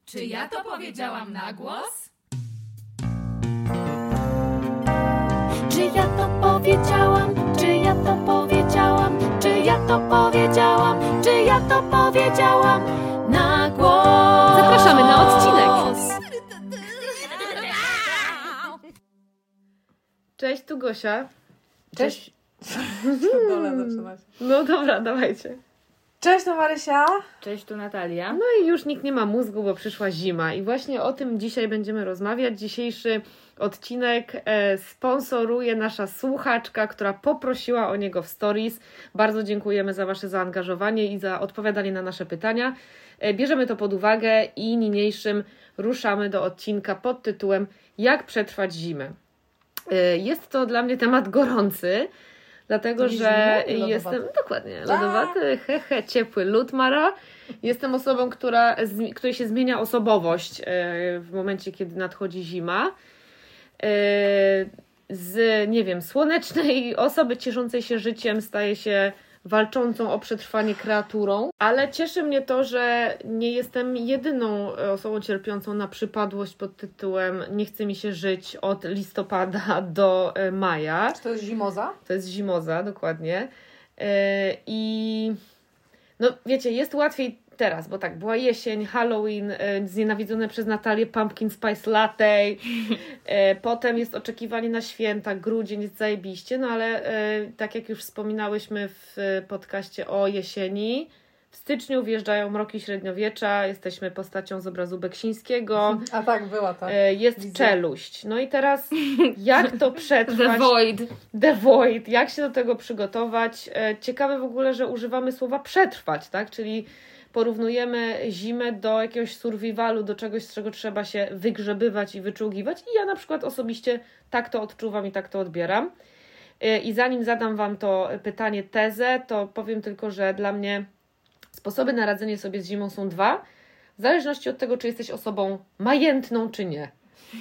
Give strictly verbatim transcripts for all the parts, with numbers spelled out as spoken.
Czy ja to powiedziałam na głos? Czy ja to powiedziałam? Czy ja to powiedziałam? Czy ja to powiedziałam? Czy ja to powiedziałam na głos? Zapraszamy na odcinek. Cześć, tu Gosia. Cześć. Dole zaczynać. No dobra, dawajcie. Cześć, to Marysia. Cześć, tu Natalia. No i już nikt nie ma mózgu, bo przyszła zima. I właśnie o tym dzisiaj będziemy rozmawiać. Dzisiejszy odcinek e, sponsoruje nasza słuchaczka, która poprosiła o niego w stories. Bardzo dziękujemy za Wasze zaangażowanie i za odpowiadanie na nasze pytania. E, bierzemy to pod uwagę i niniejszym ruszamy do odcinka pod tytułem Jak przetrwać zimę. E, jest to dla mnie temat gorący, dlatego że zimny? jestem, dokładnie, lodowaty, hehe, ciepły lód Mara. Jestem osobą, która, której się zmienia osobowość w momencie, kiedy nadchodzi zima. Z, nie wiem, słonecznej osoby cieszącej się życiem staje się walczącą o przetrwanie kreaturą, ale cieszy mnie to, że nie jestem jedyną osobą cierpiącą na przypadłość pod tytułem nie chce mi się żyć od listopada do maja. Czy to jest zimoza? To jest zimoza, dokładnie. I no wiecie, jest łatwiej teraz, bo tak, była jesień, Halloween, znienawidzone przez Natalię Pumpkin Spice Latte, potem jest oczekiwanie na święta, grudzień jest zajebiście, no ale tak jak już wspominałyśmy w podcaście o jesieni, w styczniu wjeżdżają mroki średniowiecza, jesteśmy postacią z obrazu Beksińskiego. A tak, była tak. Jest Widzę. Czeluść. No i teraz jak to przetrwać? The Void. The Void. Jak się do tego przygotować? Ciekawe w ogóle, że używamy słowa przetrwać, tak? Czyli porównujemy zimę do jakiegoś survivalu, do czegoś, z czego trzeba się wygrzebywać i wyczugiwać. I ja na przykład osobiście tak to odczuwam i tak to odbieram. I zanim zadam Wam to pytanie, tezę, to powiem tylko, że dla mnie sposoby na radzenie sobie z zimą są dwa, w zależności od tego, czy jesteś osobą majętną, czy nie.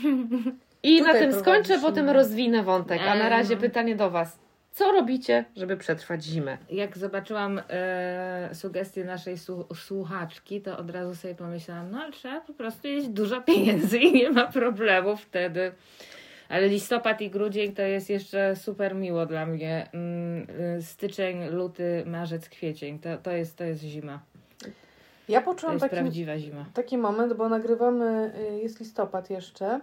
I Tutaj na tym skończę, potem mnie. rozwinę wątek. A na razie pytanie do Was. Co robicie, żeby przetrwać zimę? Jak zobaczyłam e, sugestie naszej su- słuchaczki, to od razu sobie pomyślałam, no ale trzeba po prostu mieć dużo pieniędzy i nie ma problemu wtedy. Ale listopad i grudzień to jest jeszcze super miło dla mnie. Styczeń, luty, marzec, kwiecień. To, to, jest, to jest zima. Ja To poczułam jest taki, prawdziwa zima. taki moment, bo nagrywamy, jest listopad jeszcze.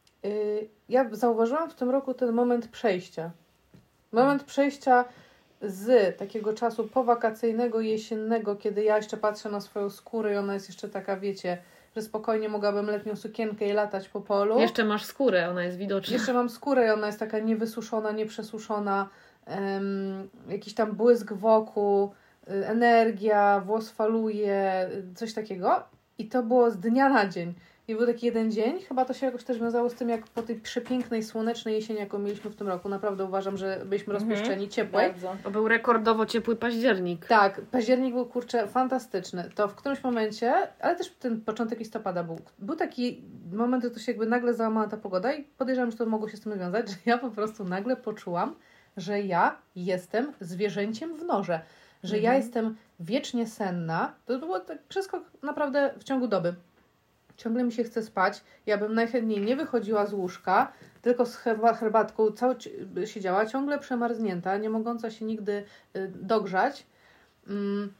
Ja zauważyłam w tym roku ten moment przejścia. Moment przejścia z takiego czasu powakacyjnego, jesiennego, kiedy ja jeszcze patrzę na swoją skórę i ona jest jeszcze taka, wiecie, że spokojnie mogłabym letnią sukienkę i latać po polu. Jeszcze masz skórę, ona jest widoczna. Jeszcze mam skórę i ona jest taka niewysuszona, nieprzesuszona, um, jakiś tam błysk wokół, y, energia, włos faluje, y, coś takiego. I to było z dnia na dzień. I był taki jeden dzień, chyba to się jakoś też wiązało z tym, jak po tej przepięknej, słonecznej jesieni, jaką mieliśmy w tym roku. Naprawdę uważam, że byliśmy Mhm. rozpuszczeni, ciepłej. Bardzo. To był rekordowo ciepły październik. Tak, październik był, kurczę, fantastyczny. To w którymś momencie, ale też ten początek listopada był, był taki moment, że to się jakby nagle załamała ta pogoda i podejrzewam, że to mogło się z tym związać, że ja po prostu nagle poczułam, że ja jestem zwierzęciem w norze. Że Mhm. ja jestem wiecznie senna. To było tak przeskok naprawdę w ciągu doby. Ciągle mi się chce spać. Ja bym najchętniej nie wychodziła z łóżka, tylko z herba- herbatką cały ci- siedziała, ciągle przemarznięta, nie mogąca się nigdy y, dogrzać. Mm.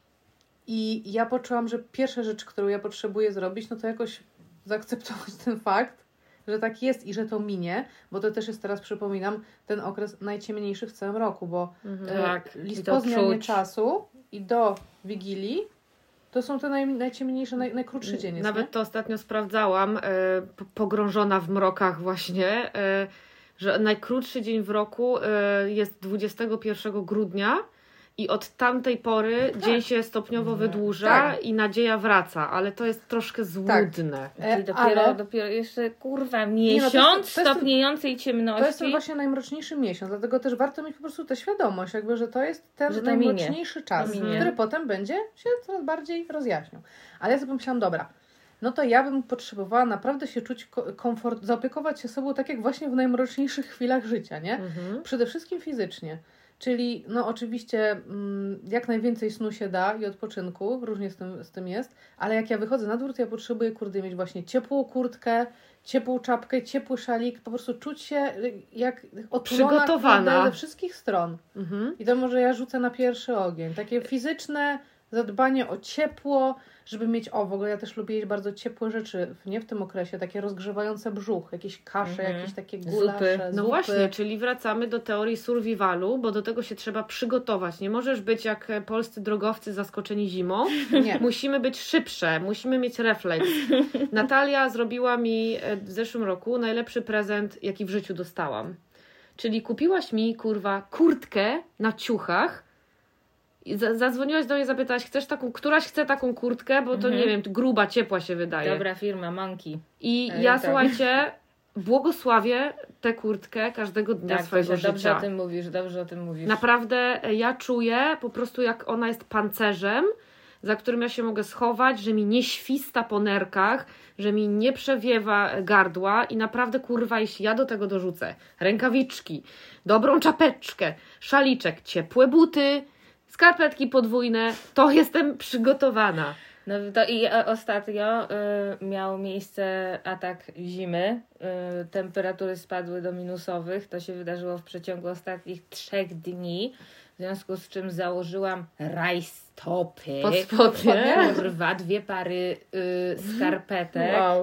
I ja poczułam, że pierwsza rzecz, którą ja potrzebuję zrobić, no to jakoś zaakceptować ten fakt, że tak jest i że to minie, bo to też jest teraz, przypominam, ten okres najciemniejszy w całym roku, bo Mhm. y, Tak, list i to po zmianie czuć. czasu i do Wigilii to są te naj, najciemniejsze, naj, najkrótszy dzień jest, Nawet nie? to ostatnio sprawdzałam, e, p- pogrążona w mrokach właśnie, e, że najkrótszy dzień w roku e, jest dwudziestego pierwszego grudnia i od tamtej pory dzień się stopniowo wydłuża Tak. i nadzieja wraca, ale to jest troszkę złudne. E, Czyli dopiero, ale- dopiero jeszcze, kurwa, no, miesiąc to jest- to jest ten- stopniejącej ciemności. To jest ten właśnie najmroczniejszy miesiąc, dlatego też warto mieć po prostu tę świadomość, jakby, że to jest ten Że to najmroczniejszy czas, To minie. który potem będzie się coraz bardziej rozjaśniał. Ale ja sobie pomyślałam, dobra, no to ja bym potrzebowała naprawdę się czuć ko- komfort, zaopiekować się sobą tak jak właśnie w najmroczniejszych chwilach życia, nie? Mhm. Przede wszystkim fizycznie. Czyli no oczywiście mm, jak najwięcej snu się da i odpoczynku, różnie z tym, z tym jest, ale jak ja wychodzę na dwór, to ja potrzebuję, kurde, mieć właśnie ciepłą kurtkę, ciepłą czapkę, ciepły szalik, po prostu czuć się jak otulona Przygotowana ze wszystkich stron. Mhm. I to może ja rzucę na pierwszy ogień. Takie fizyczne zadbanie o ciepło, żeby mieć, o w ogóle ja też lubię jeść bardzo ciepłe rzeczy, nie w tym okresie, takie rozgrzewające brzuch, jakieś kasze, Mhm. jakieś takie gulasze, Zupy. No zupy. właśnie, czyli wracamy do teorii survivalu, bo do tego się trzeba przygotować. Nie możesz być jak polscy drogowcy zaskoczeni zimą. Nie. Musimy być szybsze, musimy mieć refleks. Natalia zrobiła mi w zeszłym roku najlepszy prezent, jaki w życiu dostałam. Czyli kupiłaś mi, kurwa, kurtkę na ciuchach. I za- zadzwoniłaś do mnie, zapytałaś, chcesz taką, któraś chce taką kurtkę, bo to Mhm. nie wiem, gruba, ciepła się wydaje. Dobra firma, Monkey. I Ej, ja, tak. słuchajcie, błogosławię tę kurtkę każdego dnia Tak, swojego Tosia, dobrze życia. o tym mówisz, dobrze o tym mówisz. Naprawdę e, ja czuję po prostu, jak ona jest pancerzem, za którym ja się mogę schować, że mi nie śwista po nerkach, że mi nie przewiewa gardła i naprawdę, kurwa, jeśli ja do tego dorzucę rękawiczki, dobrą czapeczkę, szaliczek, ciepłe buty, skarpetki podwójne, to jestem przygotowana. No to i e, ostatnio y, miał miejsce atak zimy. Y, temperatury spadły do minusowych. To się wydarzyło w przeciągu ostatnich trzech dni. W związku z czym założyłam rajstopy. Pod spodnie. Kurwa, dwie pary y, skarpetek. Wow.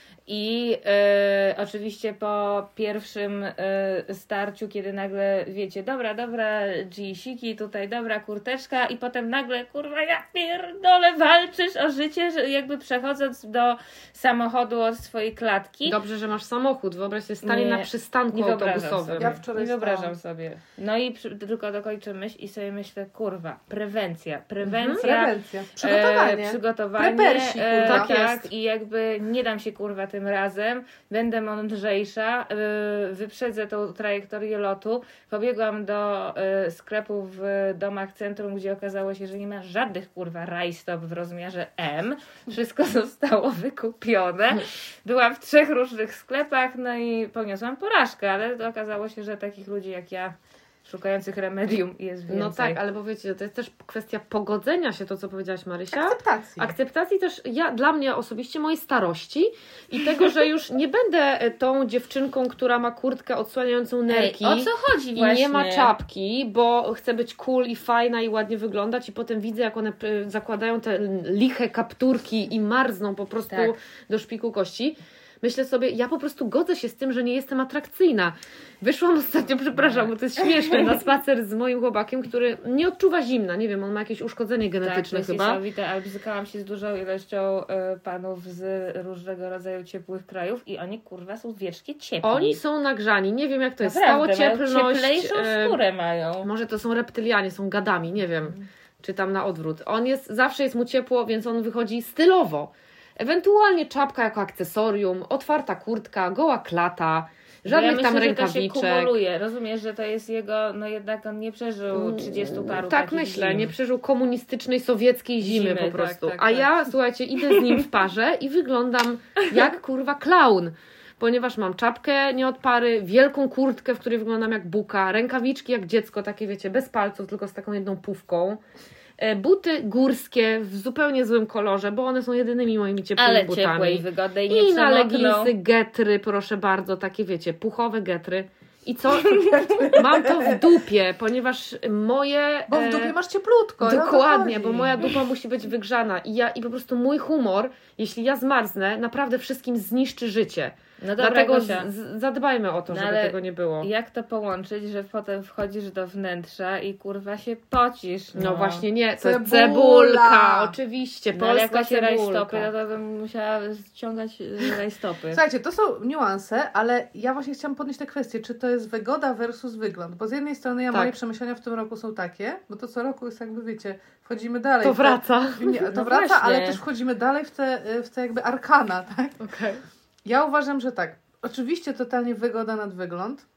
I e, oczywiście po pierwszym e, starciu, kiedy nagle wiecie, dobra, dobra, dżinsiki, tutaj dobra kurteczka i potem nagle, kurwa, ja pierdolę, walczysz o życie, że jakby przechodząc do samochodu od swojej klatki. Dobrze, że masz samochód. Wyobraź sobie stanie Nie, na przystanku nie wyobrażam autobusowym. sobie. Ja wczoraj Nie wyobrażam stałam. sobie. No i przy, tylko dokończę myśl i sobie myślę, kurwa, prewencja, prewencja. Prewencja. Przygotowanie. E, przygotowanie. Prepersi, e, kurwa. Tak tak, jest. i jakby nie dam się kurwa tym razem, będę mądrzejsza, e, wyprzedzę tą trajektorię lotu. Pobiegłam do e, sklepu w domach centrum, gdzie okazało się, że nie ma żadnych kurwa rajstop w rozmiarze M. Wszystko zostało wykupione. Byłam w trzech różnych sklepach, no i poniosłam porażkę, ale okazało się, że takich ludzi jak ja, szukających remedium, jest więcej. No tak, ale bo wiecie, to jest też kwestia pogodzenia się, to co powiedziałaś, Marysia. Akceptacji. Akceptacji też ja, dla mnie osobiście mojej starości i tego, że już nie będę tą dziewczynką, która ma kurtkę odsłaniającą nerki. Ej, o co chodzi I właśnie? nie ma czapki, bo chcę być cool i fajna i ładnie wyglądać i potem widzę, jak one y, zakładają te liche kapturki i marzną po prostu Tak. do szpiku kości. Myślę sobie, ja po prostu godzę się z tym, że nie jestem atrakcyjna. Wyszłam ostatnio, przepraszam, bo to jest śmieszne, na spacer z moim chłopakiem, który nie odczuwa zimna. Nie wiem, on ma jakieś uszkodzenie genetyczne tak, to jest chyba. niesamowite, ale bzykałam się z dużą ilością e, panów z różnego rodzaju ciepłych krajów i oni kurwa są wieczkie ciepli. Oni są nagrzani, nie wiem jak to jest. Naprawdę, mają Stałocieplność. cieplejszą e, skórę mają. Może to są reptylianie, są gadami, nie wiem. Czy tam na odwrót. On jest, zawsze jest mu ciepło, więc on wychodzi stylowo. Ewentualnie czapka jako akcesorium, otwarta kurtka, goła klata, żadnych ja myślę, tam że to się rękawiczek. kumuluje. Rozumiesz, że to jest jego, no jednak on nie przeżył trzydziestu paru Tak takich myślę, zim. nie przeżył komunistycznej, sowieckiej zimy, Zimy, po tak, prostu. tak, A tak. ja, słuchajcie, idę z nim w parze i wyglądam jak kurwa klaun. Ponieważ mam czapkę nie od pary, wielką kurtkę, w której wyglądam jak buka, rękawiczki jak dziecko, takie wiecie, bez palców, tylko z taką jedną pufką. E, Buty górskie w zupełnie złym kolorze, bo one są jedynymi moimi ciepłymi Ale butami. ciepłe i wygodne i nie I na przemokną. leginsy, getry, proszę bardzo, takie wiecie, puchowe getry. I co? Mam to w dupie, ponieważ moje... Bo w e, dupie masz cieplutko. Dokładnie, no to bo chodzi. moja dupa musi być wygrzana. I ja i po prostu mój humor, jeśli ja zmarznę, naprawdę wszystkim zniszczy życie. No dobra, Dlatego Gosia. z, zadbajmy o to, No żeby ale tego nie było. Jak to połączyć, że potem wchodzisz do wnętrza i kurwa się pocisz? No, No właśnie nie, to Cebula. jest cebulka, oczywiście, No, ale jak polska macie cebulka. rajstopy, no to bym musiała ściągać y, rajstopy. Słuchajcie, to są niuanse, ale ja właśnie chciałam podnieść tę kwestię, czy to jest wygoda versus wygląd. Bo z jednej strony ja Tak. moje przemyślenia w tym roku są takie, bo to co roku jest jakby, wiecie, wchodzimy dalej. To w te- wraca. Nie, to No wraca, właśnie. ale też wchodzimy dalej w te, w te jakby arkana, tak? Okay. Ja uważam, że tak. Oczywiście totalnie wygoda nad wygląd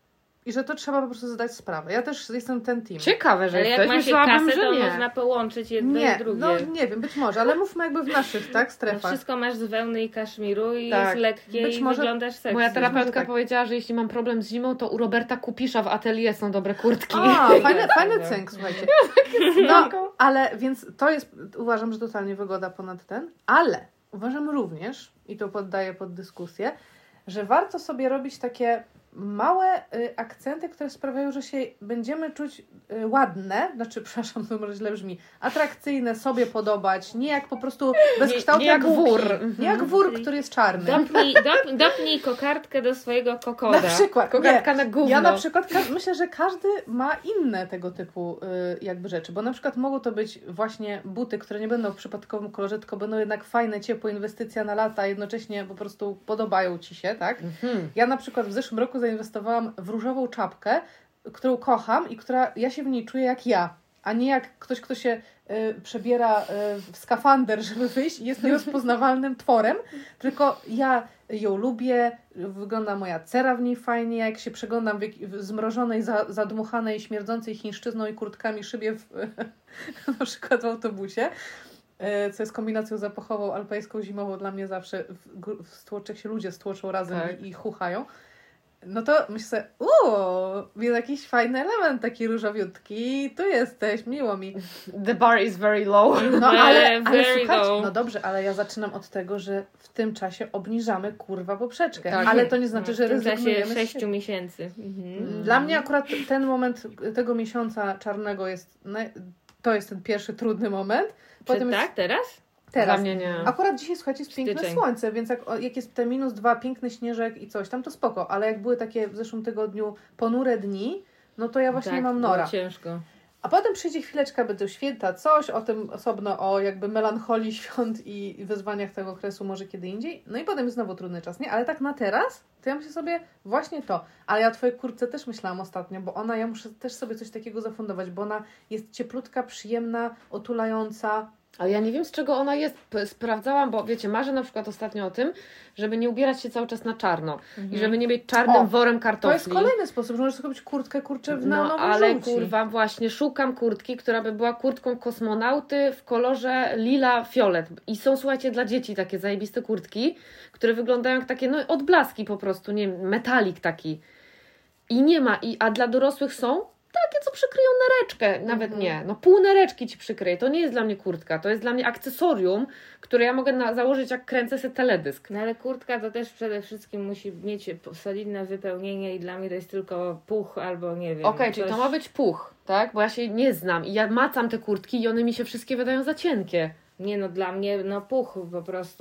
i że to trzeba po prostu zdać sprawę. Ja też jestem ten team. Ciekawe, że Ale jak jesteś. ma się Myślałabym, kasę, że to nie. można połączyć jedno Nie, i drugie. no nie wiem, być może, ale mówmy jakby w naszych, tak, No strefach. wszystko masz z wełny i kaszmiru i Tak. jest lekkie Być i może- wyglądasz sexy. Moja terapeutka tak. powiedziała, że jeśli mam problem z zimą, to u Roberta Kupisza w atelier są dobre kurtki. A, fajny, fajny Dobra. cynk, słuchajcie. No, ale więc to jest, uważam, że totalnie wygoda ponad ten, ale uważam również, i to poddaję pod dyskusję, że warto sobie robić takie małe y, akcenty, które sprawiają, że się będziemy czuć y, ładne, znaczy, przepraszam, to może źle brzmi, atrakcyjne, sobie podobać, nie jak po prostu bezkształtne nie jak bułki. wór. Nie jak wór, który jest czarny. Dopnij, dop, dopnij kokardkę do swojego kokoda. Na przykład, nie. Kokardka na gówno. Ja na przykład ka- myślę, że każdy ma inne tego typu y, jakby rzeczy, bo na przykład mogą to być właśnie buty, które nie będą w przypadkowym kolorze, tylko będą jednak fajne, ciepłe, inwestycja na lata, jednocześnie po prostu podobają Ci się, tak? Mhm. Ja na przykład w zeszłym roku zainwestowałam w różową czapkę, którą kocham i która, ja się w niej czuję jak ja, a nie jak ktoś, kto się y, przebiera y, w skafander, żeby wyjść i jest nierozpoznawalnym tworem, tylko ja ją lubię, wygląda moja cera w niej fajnie, jak się przeglądam w, jak- w zmrożonej, za, zadmuchanej, śmierdzącej chińszczyzną i kurtkami szybie w, na przykład w autobusie, y, co jest kombinacją zapachową, alpejską, zimową dla mnie zawsze, w, gr- w stłoczek się ludzie stłoczą razem Tak. i, i chuchają. No to myślę sobie, uuu, jest jakiś fajny element taki różowiutki, tu jesteś, miło mi. The bar is very low. No ale, ale Very słuchajcie, low. no dobrze, ale ja zaczynam od tego, że w tym czasie obniżamy kurwa poprzeczkę, Tak. ale to nie znaczy, w że tym czasie rezygnujemy z sześciu siebie. miesięcy. Mhm. Dla mnie akurat ten moment tego miesiąca czarnego jest, naj- to jest ten pierwszy trudny moment. Czy Potem tak, jest teraz? Dla teraz. mnie nie. Akurat dzisiaj, słuchajcie, jest piękne Styczeń. słońce, więc jak, jak jest te minus dwa, piękny śnieżek i coś tam, to spoko, ale jak były takie w zeszłym tygodniu ponure dni, no to ja właśnie tak, mam było nora. ciężko. A potem przyjdzie chwileczka, będą święta, coś, o tym osobno, o jakby melancholii świąt i, i wyzwaniach tego okresu może kiedy indziej. No i potem jest znowu trudny czas, nie? Ale tak na teraz, to ja myślę sobie właśnie to. Ale ja o twojej kurtce też myślałam ostatnio, bo ona, ja muszę też sobie coś takiego zafundować, bo ona jest cieplutka, przyjemna, otulająca. Ale ja nie wiem, z czego ona jest. P- Sprawdzałam, bo wiecie, marzę na przykład ostatnio o tym, żeby nie ubierać się cały czas na czarno i żeby nie mieć czarnym O, worem To kartofli. jest kolejny sposób, że możesz sobie kupić kurtkę, kurczę, w No, neonowym ale żółci. kurwa, właśnie szukam kurtki, która by była kurtką kosmonauty w kolorze lila fiolet. I są, słuchajcie, dla dzieci takie zajebiste kurtki, które wyglądają jak takie, no odblaski po prostu, nie wiem, metalik taki. I nie ma, i, a dla dorosłych są takie, co przykryją nereczkę, nawet Mhm. nie, no pół nereczki ci przykryje, to nie jest dla mnie kurtka, to jest dla mnie akcesorium, które ja mogę na, założyć jak kręcę sobie teledysk. No ale kurtka to też przede wszystkim musi mieć solidne wypełnienie i dla mnie to jest tylko puch albo nie wiem. Okej, czyli coś- to ma być puch, tak? Bo ja się nie znam i ja macam te kurtki i one mi się wszystkie wydają za cienkie. Nie no, dla mnie no puch po prostu.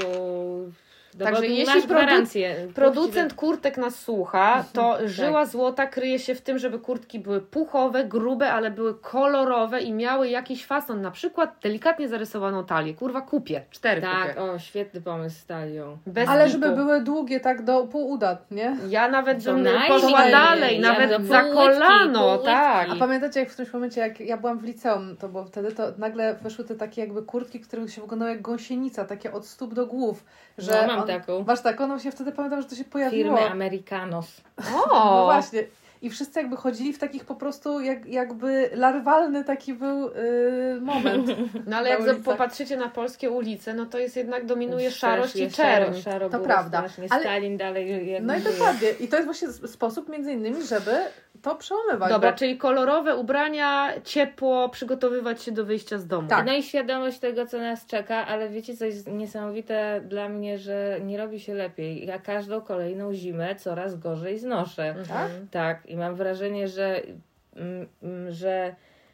No Także bo jeśli masz produ- gwarancję. Puch ci Producent kurtek nas słucha, to Tak. żyła złota kryje się w tym, żeby kurtki były puchowe, grube, ale były kolorowe i miały jakiś fason, na przykład delikatnie zarysowaną talię. Kurwa, kupię. Cztery Tak, kupię. o, świetny pomysł z talią. Bez Ale kitu. żeby były długie, tak do pół uda, nie? Ja nawet Co bym najmniej, poszła dalej, ja nawet do za pół kolano, łydki, pół tak. A pamiętacie, jak w którymś momencie, jak ja byłam w liceum, to było wtedy, to nagle weszły te takie jakby kurtki, które się wyglądały jak gąsienica, takie od stóp do głów. Że No, mam on, taką. Masz taką? No się wtedy pamiętam, że to się pojawiło. Firmy Americanos. O, No właśnie. I wszyscy jakby chodzili w takich po prostu, jak, jakby larwalny taki był yy, moment. no ale na jak za- ulicach. popatrzycie na polskie ulice, no to jest jednak dominuje szarość i Strasznie czerń. Szaro, szaro To było prawda. strasznie. Ale- Stalin dalej jak No i żyje. dokładnie. I to jest właśnie s- sposób między innymi, żeby to przełamywać. Dobra, bo... czyli kolorowe ubrania, ciepło, przygotowywać się do wyjścia z domu. Tak. No i świadomość tego, co nas czeka, ale wiecie, co jest niesamowite dla mnie, że nie robi się lepiej. Ja każdą kolejną zimę coraz gorzej znoszę. Mhm. Tak, i mam wrażenie, że, mm, mm, że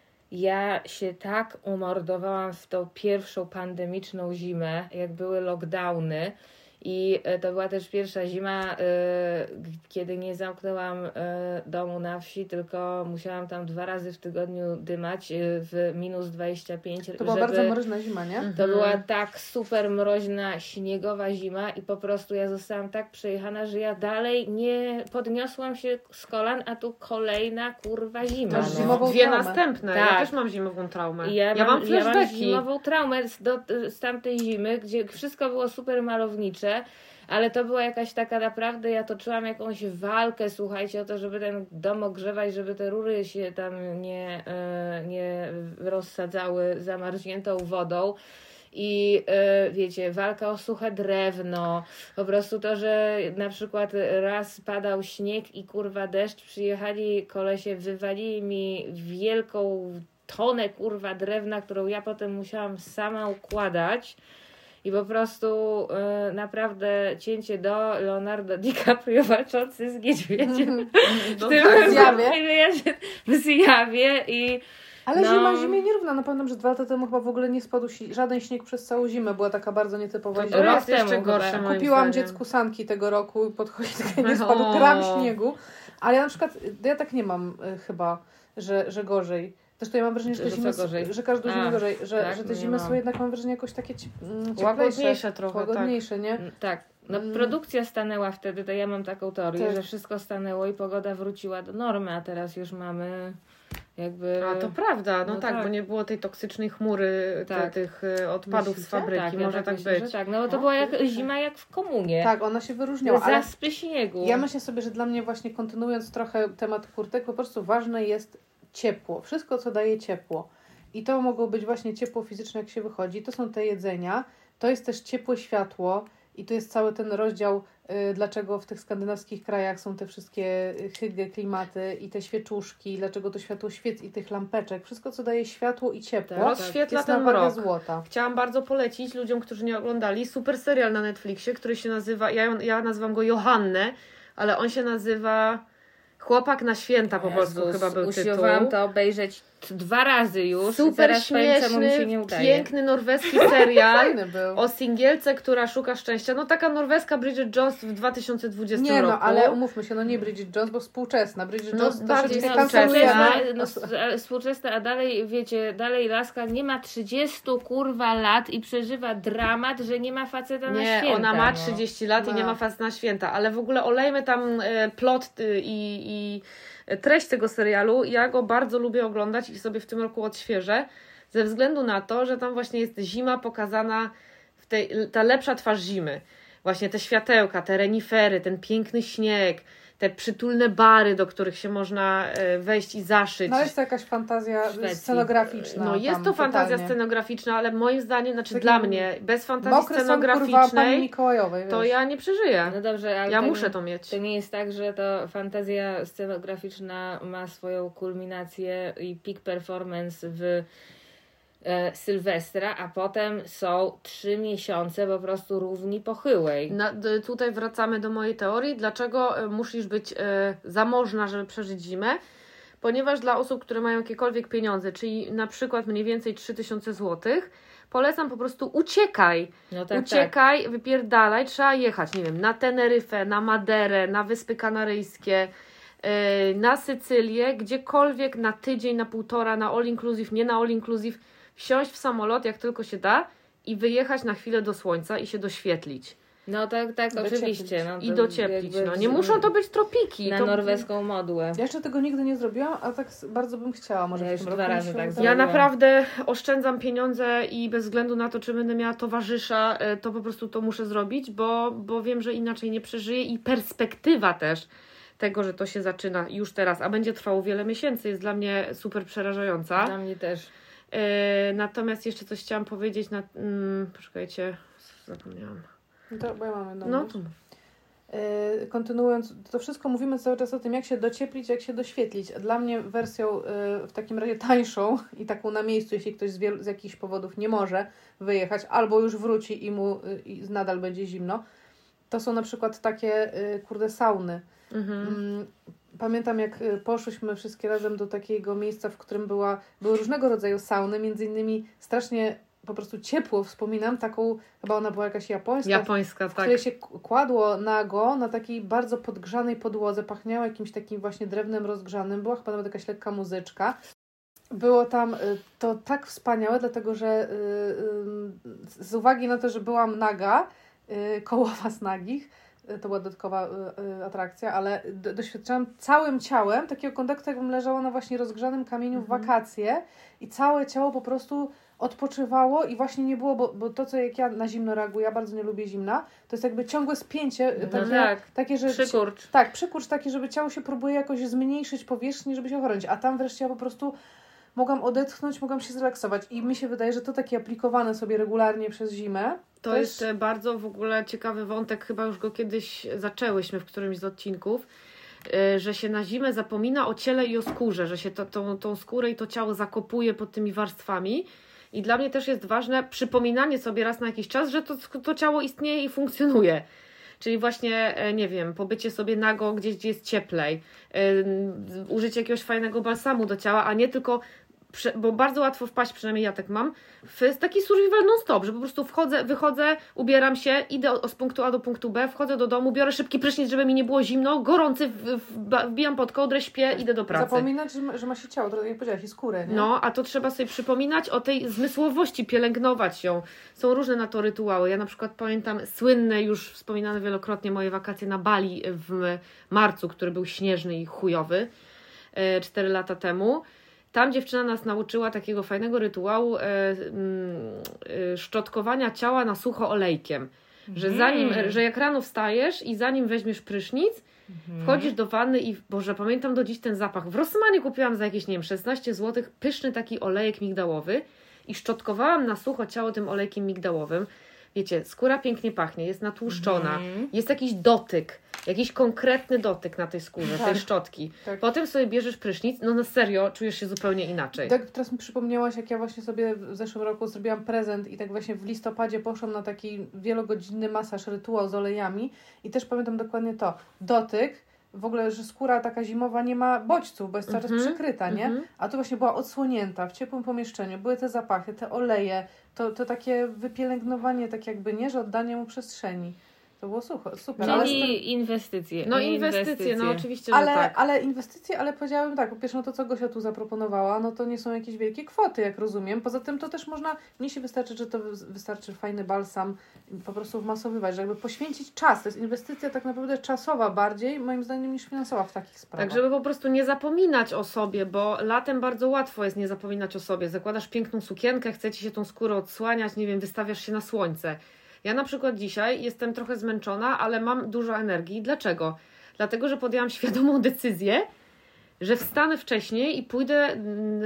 ja się tak umordowałam w tą pierwszą pandemiczną zimę, jak były lockdowny. I e, to była też pierwsza zima, e, g- kiedy nie zamknęłam e, domu na wsi, tylko musiałam tam dwa razy w tygodniu dymać e, w minus dwadzieścia pięć. To była żeby... bardzo mroźna zima, nie? To Mhm. była tak super mroźna, śniegowa zima i po prostu ja zostałam tak przejechana, że ja dalej nie podniosłam się z kolan, a tu kolejna kurwa zima. Masz no. zimową Dwie traumę. następne. Tak. Ja też mam zimową traumę. I ja, ja mam ja mam flashbacki. zimową traumę z, do, z tamtej zimy, gdzie wszystko było super malownicze trochę, ale to była jakaś taka naprawdę, ja toczyłam jakąś walkę, słuchajcie, o to, żeby ten dom ogrzewać, żeby te rury się tam nie, nie rozsadzały zamarzniętą wodą. I y, wiecie, walka o suche drewno, po prostu to, że na przykład raz padał śnieg i kurwa deszcz, przyjechali kolesie, wywalili mi wielką tonę kurwa drewna, którą ja potem musiałam sama układać. I po prostu y, naprawdę cięcie do Leonardo DiCaprio walczący z niedźwiedziem No w tym tak, w zjawie. w zjawie i Ale no. zima zimie nierówna. No pamiętam, że dwa lata temu chyba w ogóle nie spadł si- żaden śnieg przez całą zimę. Była taka bardzo nietypowa To zima. rok Rok jeszcze temu gorsze chyba. moim Kupiłam zdaniem. dziecku sanki tego roku i podchodzi, nie spadł gram śniegu. Ale ja na przykład, ja tak nie mam y, chyba, że, że gorzej. Zresztą ja mam wrażenie, że te Że zimy, co gorzej? że każdą zimę A, gorzej, że, tak, że te nie zimy mam. są jednak, mam wrażenie, jakoś takie ci- mm, cieplejsze, Łagodniejsze trochę, łagodniejsze, nie? tak, no Mm. produkcja stanęła wtedy, to ja mam taką teorię, Tak. że wszystko stanęło i pogoda wróciła do normy, a teraz już mamy jakby... A to prawda, no, No tak, tak. bo nie było tej toksycznej chmury te, Tak. tych y, odpadów z Myślicie? fabryki, tak, ja może tak, myślę, że być. tak, no bo to No, była jak myślę. zima jak w komunie. Tak, ona się wyróżniała, ale Zaspy śniegu. ja myślę sobie, że dla mnie właśnie kontynuując trochę temat kurtek, po prostu ważne jest ciepło. Wszystko, co daje ciepło. I to mogło być właśnie ciepło fizyczne, jak się wychodzi. To są te jedzenia. To jest też ciepłe światło. I to jest cały ten rozdział, y, dlaczego w tych skandynawskich krajach są te wszystkie hygge, klimaty i te świeczuszki, dlaczego to światło świec i tych lampeczek. Wszystko, co daje światło i ciepło, Tak, Rozświetla jest na ten wagę mrok. złota. Chciałam bardzo polecić ludziom, którzy nie oglądali, super serial na Netflixie, który się nazywa, ja, ją- ja nazywam go Johannę, ale on się nazywa Chłopak na święta po prostu Jezus, chyba był tytuł. usiłowałam to obejrzeć t- dwa razy już i Super teraz powiem, czemu mi się nie śmieszny, udaje. piękny norweski serial Fajny był. o singielce, która szuka szczęścia. No taka norweska Bridget Jones w dwa tysiące dwudziestym Nie roku. no, ale umówmy się, no nie Bridget Jones, bo współczesna. Bridget No, Jones bardziej troszeczkę współczesna. kanceluje. No, s- ale współczesne, a dalej, wiecie, dalej laska nie ma trzydziestu kurwa lat i przeżywa dramat, że nie ma faceta na Nie, święta. ona ma no. trzydzieści lat i Ma. nie ma facet na święta, ale w ogóle olejmy tam e, plot y, i, i treść tego serialu. Ja go bardzo lubię oglądać i sobie w tym roku odświeżę, ze względu na to, że tam właśnie jest zima pokazana, w tej, ta lepsza twarz zimy. Właśnie te światełka, te renifery, ten piękny śnieg, te przytulne bary, do których się można e, wejść i zaszyć. No jest to jakaś fantazja Szwecji. scenograficzna. No jest tam, to fantazja totalnie. scenograficzna, ale moim zdaniem, znaczy Takie dla mnie, bez fantazji Mokre są, kurwa, Pani scenograficznej Mikołajowej, to wiesz. ja nie przeżyję. No dobrze, ale Ja to muszę nie, to mieć. To nie jest tak, że to fantazja scenograficzna ma swoją kulminację i peak performance w e, Sylwestra, a potem są trzy miesiące po prostu równi pochyłej. Na, d- tutaj wracamy do mojej teorii, dlaczego e, musisz być e, zamożna, żeby przeżyć zimę. Ponieważ dla osób, które mają jakiekolwiek pieniądze, czyli na przykład mniej więcej trzy tysiące złotych, polecam po prostu uciekaj. No tak, uciekaj, wypierdalaj, trzeba jechać, nie wiem, na Teneryfę, na Maderę, na Wyspy Kanaryjskie, yy, na Sycylię, gdziekolwiek na tydzień, na półtora, na all inclusive, nie na all inclusive, wsiąść w samolot jak tylko się da i wyjechać na chwilę do słońca i się doświetlić. No tak, tak, Docieplić. oczywiście. No, I to docieplić. jakby No. Nie muszą to być tropiki. na to... norweską modłę. Ja jeszcze tego nigdy nie zrobiłam, a tak s- bardzo bym chciała. Może Ja w już tym dwa roku mi razy się tak uda. Ja zrobiłam. naprawdę oszczędzam pieniądze i bez względu na to, czy będę miała towarzysza, e, to po prostu to muszę zrobić, bo, bo wiem, że inaczej nie przeżyję i perspektywa też tego, że to się zaczyna już teraz, a będzie trwało wiele miesięcy, jest dla mnie super przerażająca. Dla mnie też. E, natomiast jeszcze coś chciałam powiedzieć na... Mm, poczekajcie, zapomniałam. To, bo ja mam jedną No myśl. to... Yy, kontynuując, to wszystko mówimy cały czas o tym, jak się docieplić, jak się doświetlić. Dla mnie wersją yy, w takim razie tańszą i taką na miejscu, jeśli ktoś z, wielu, z jakichś powodów nie może wyjechać, albo już wróci i mu yy, i nadal będzie zimno, to są na przykład takie yy, kurde sauny. Mhm. Mm, Pamiętam, jak y, poszłyśmy wszystkie razem do takiego miejsca, w którym była, były różnego rodzaju sauny, między innymi strasznie po prostu ciepło, wspominam, taką, chyba ona była jakaś japońska, Japońska, w tak. której się k- kładło nago na takiej bardzo podgrzanej podłodze, pachniało jakimś takim właśnie drewnem rozgrzanym, była chyba nawet jakaś lekka muzyczka. Było tam y, to tak wspaniałe, dlatego że y, y, z uwagi na to, że byłam naga, y, koło was nagich, y, to była dodatkowa y, y, atrakcja, ale do, doświadczałam całym ciałem takiego kontaktu, jakbym leżała na właśnie rozgrzanym kamieniu w Mhm. wakacje i całe ciało po prostu odpoczywało i właśnie nie było, bo, bo to, co jak ja na zimno reaguję, ja bardzo nie lubię zimna, to jest jakby ciągłe spięcie, No takie, tak. takie, że... Przykurcz. Tak, przykurcz taki, żeby ciało się próbuje jakoś zmniejszyć powierzchni, żeby się ochronić, a tam wreszcie ja po prostu mogłam odetchnąć, mogłam się zrelaksować i mi się wydaje, że to takie aplikowane sobie regularnie przez zimę. To, to jest też... bardzo w ogóle ciekawy wątek, chyba już go kiedyś zaczęłyśmy w którymś z odcinków, że się na zimę zapomina o ciele i o skórze, że się to, tą, tą skórę i to ciało zakopuje pod tymi warstwami. I dla mnie też jest ważne przypominanie sobie raz na jakiś czas, że to, to ciało istnieje i funkcjonuje. Czyli właśnie, nie wiem, pobycie sobie nago gdzieś, gdzie jest cieplej, yy, użycie jakiegoś fajnego balsamu do ciała, a nie tylko, bo bardzo łatwo wpaść, przynajmniej ja tak mam, w taki survival non-stop, że po prostu wchodzę, wychodzę, ubieram się, idę z punktu A do punktu B, wchodzę do domu, biorę szybki prysznic, żeby mi nie było zimno, gorący, wbijam pod kołdrę, śpię, idę do pracy. Zapominać, że ma, że ma się ciało, to jak powiedziałaś, i skórę, nie? No, a to trzeba sobie przypominać o tej zmysłowości, pielęgnować ją. Są różne na to rytuały. Ja na przykład pamiętam słynne, już wspominane wielokrotnie moje wakacje na Bali w marcu, który był śnieżny i chujowy, cztery lata temu. Tam dziewczyna nas nauczyła takiego fajnego rytuału e, e, szczotkowania ciała na sucho olejkiem. Że zanim, mm. że jak rano wstajesz i zanim weźmiesz prysznic, mm. wchodzisz do wanny i, Boże, pamiętam do dziś ten zapach. W Rossmanie kupiłam za jakieś, nie wiem, szesnaście złotych pyszny taki olejek migdałowy i szczotkowałam na sucho ciało tym olejkiem migdałowym. Wiecie, skóra pięknie pachnie, jest natłuszczona, mm. jest jakiś dotyk, jakiś konkretny dotyk na tej skórze, tak. tej szczotki. Tak. Potem sobie bierzesz prysznic, no na serio czujesz się zupełnie inaczej. Tak, teraz mi przypomniałaś, jak ja właśnie sobie w zeszłym roku zrobiłam prezent i tak właśnie w listopadzie poszłam na taki wielogodzinny masaż, rytuał z olejami i też pamiętam dokładnie to. Dotyk, w ogóle, że skóra taka zimowa nie ma bodźców, bo jest cały czas mm-hmm. przykryta, nie? Mm-hmm. A tu właśnie była odsłonięta w ciepłym pomieszczeniu, były te zapachy, te oleje, to, to takie wypielęgnowanie, tak jakby, nie, że oddanie mu przestrzeni. To było super. super. Ale ten... inwestycje. No inwestycje, inwestycje, no oczywiście, ale, że tak. Ale inwestycje, ale powiedziałabym tak, po pierwsze, no to co Gosia tu zaproponowała, no to nie są jakieś wielkie kwoty, jak rozumiem. Poza tym to też można, mnie się wystarczy, że to wystarczy fajny balsam po prostu wmasowywać, że jakby poświęcić czas. To jest inwestycja tak naprawdę czasowa bardziej, moim zdaniem, niż finansowa w takich sprawach. Tak, żeby po prostu nie zapominać o sobie, bo latem bardzo łatwo jest nie zapominać o sobie. Zakładasz piękną sukienkę, chce Ci się tą skórę odsłaniać, nie wiem, wystawiasz się na słońce. Ja na przykład dzisiaj jestem trochę zmęczona, ale mam dużo energii. Dlaczego? Dlatego, że podjęłam świadomą decyzję, że wstanę wcześniej i pójdę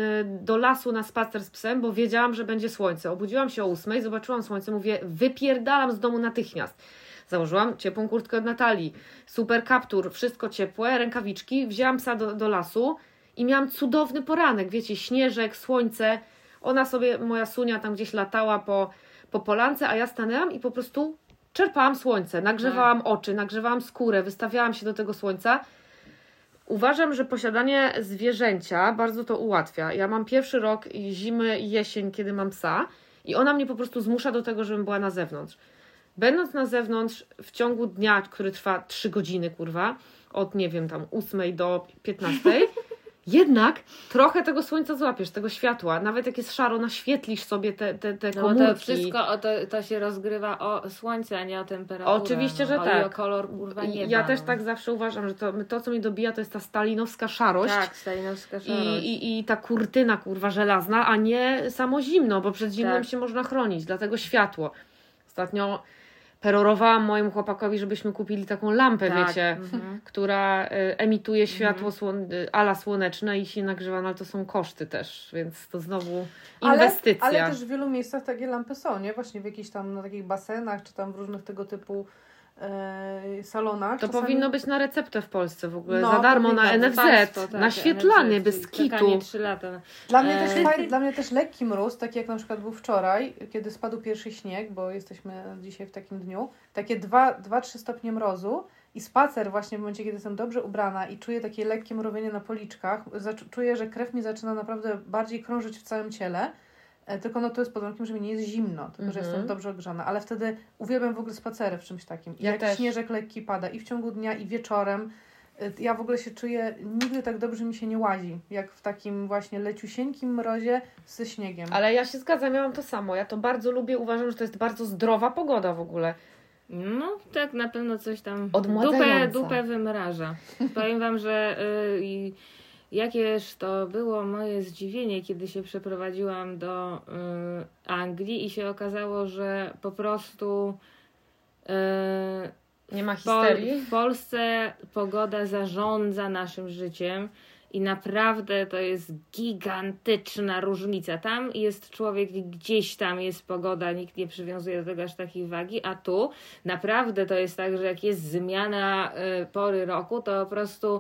do lasu na spacer z psem, bo wiedziałam, że będzie słońce. Obudziłam się o ósmej, zobaczyłam słońce, mówię, wypierdalam z domu natychmiast. Założyłam ciepłą kurtkę od Natalii, super kaptur, wszystko ciepłe, rękawiczki, wzięłam psa do, do lasu i miałam cudowny poranek, wiecie, śnieżek, słońce. Ona sobie, moja Sunia tam gdzieś latała po... po polance, a ja stanęłam i po prostu czerpałam słońce, nagrzewałam tak. oczy, nagrzewałam skórę, wystawiałam się do tego słońca. Uważam, że posiadanie zwierzęcia bardzo to ułatwia. Ja mam pierwszy rok zimy i jesień, kiedy mam psa i ona mnie po prostu zmusza do tego, żebym była na zewnątrz. Będąc na zewnątrz w ciągu dnia, który trwa trzy godziny, kurwa, od nie wiem, tam ósmej do piętnastej, jednak trochę tego słońca złapiesz, tego światła. Nawet jak jest szaro, naświetlisz sobie te, te, te no komórki. To wszystko o to, to się rozgrywa o słońce, a nie o temperaturę. Oczywiście, że no, tak. I o kolor kurwa nieba. Ja no. też tak zawsze uważam, że to, to, co mi dobija, to jest ta stalinowska szarość. Tak, stalinowska szarość. I, i, i ta kurtyna, kurwa, żelazna, a nie samo zimno, bo przed zimnem tak. się można chronić, dlatego światło. Ostatnio perorowałam mojemu chłopakowi, żebyśmy kupili taką lampę, tak. wiecie, mm-hmm. która y, emituje światło mm-hmm. słon- y, ala słoneczne i się nagrzewa, no ale to są koszty też, więc to znowu inwestycja. Ale, ale też w wielu miejscach takie lampy są, nie? Właśnie w jakichś tam na takich basenach, czy tam w różnych tego typu e, salonach. To czasami... powinno być na receptę w Polsce w ogóle, no, za darmo na N F Z, państwo, tak, naświetlany, N F Z, bez kitu. trzy lata. Dla mnie, też fajny, dla mnie też lekki mróz, taki jak na przykład był wczoraj, kiedy spadł pierwszy śnieg, bo jesteśmy dzisiaj w takim dniu, takie dwa trzy stopnie mrozu i spacer właśnie w momencie, kiedy jestem dobrze ubrana i czuję takie lekkie mrowienie na policzkach, czuję, że krew mi zaczyna naprawdę bardziej krążyć w całym ciele, tylko no to jest pod warunkiem, że mi nie jest zimno, tylko mm-hmm. że jestem dobrze ogrzana, ale wtedy uwielbiam w ogóle spacery w czymś takim. I ja jak też. śnieżek lekki pada i w ciągu dnia i wieczorem, ja w ogóle się czuję, nigdy tak dobrze mi się nie łazi, jak w takim właśnie leciusieńkim mrozie ze śniegiem. Ale ja się zgadzam, ja mam to samo, ja to bardzo lubię, uważam, że to jest bardzo zdrowa pogoda w ogóle. No tak, na pewno coś tam dupę, dupę wymraża. Powiem Wam, że yy, jakież to było moje zdziwienie, kiedy się przeprowadziłam do y, Anglii i się okazało, że po prostu y, Nie ma w, Pol- histerii? w Polsce pogoda zarządza naszym życiem i naprawdę to jest gigantyczna różnica. Tam jest człowiek, gdzieś tam jest pogoda, nikt nie przywiązuje do tego aż takiej wagi, a tu naprawdę to jest tak, że jak jest zmiana y, pory roku, to po prostu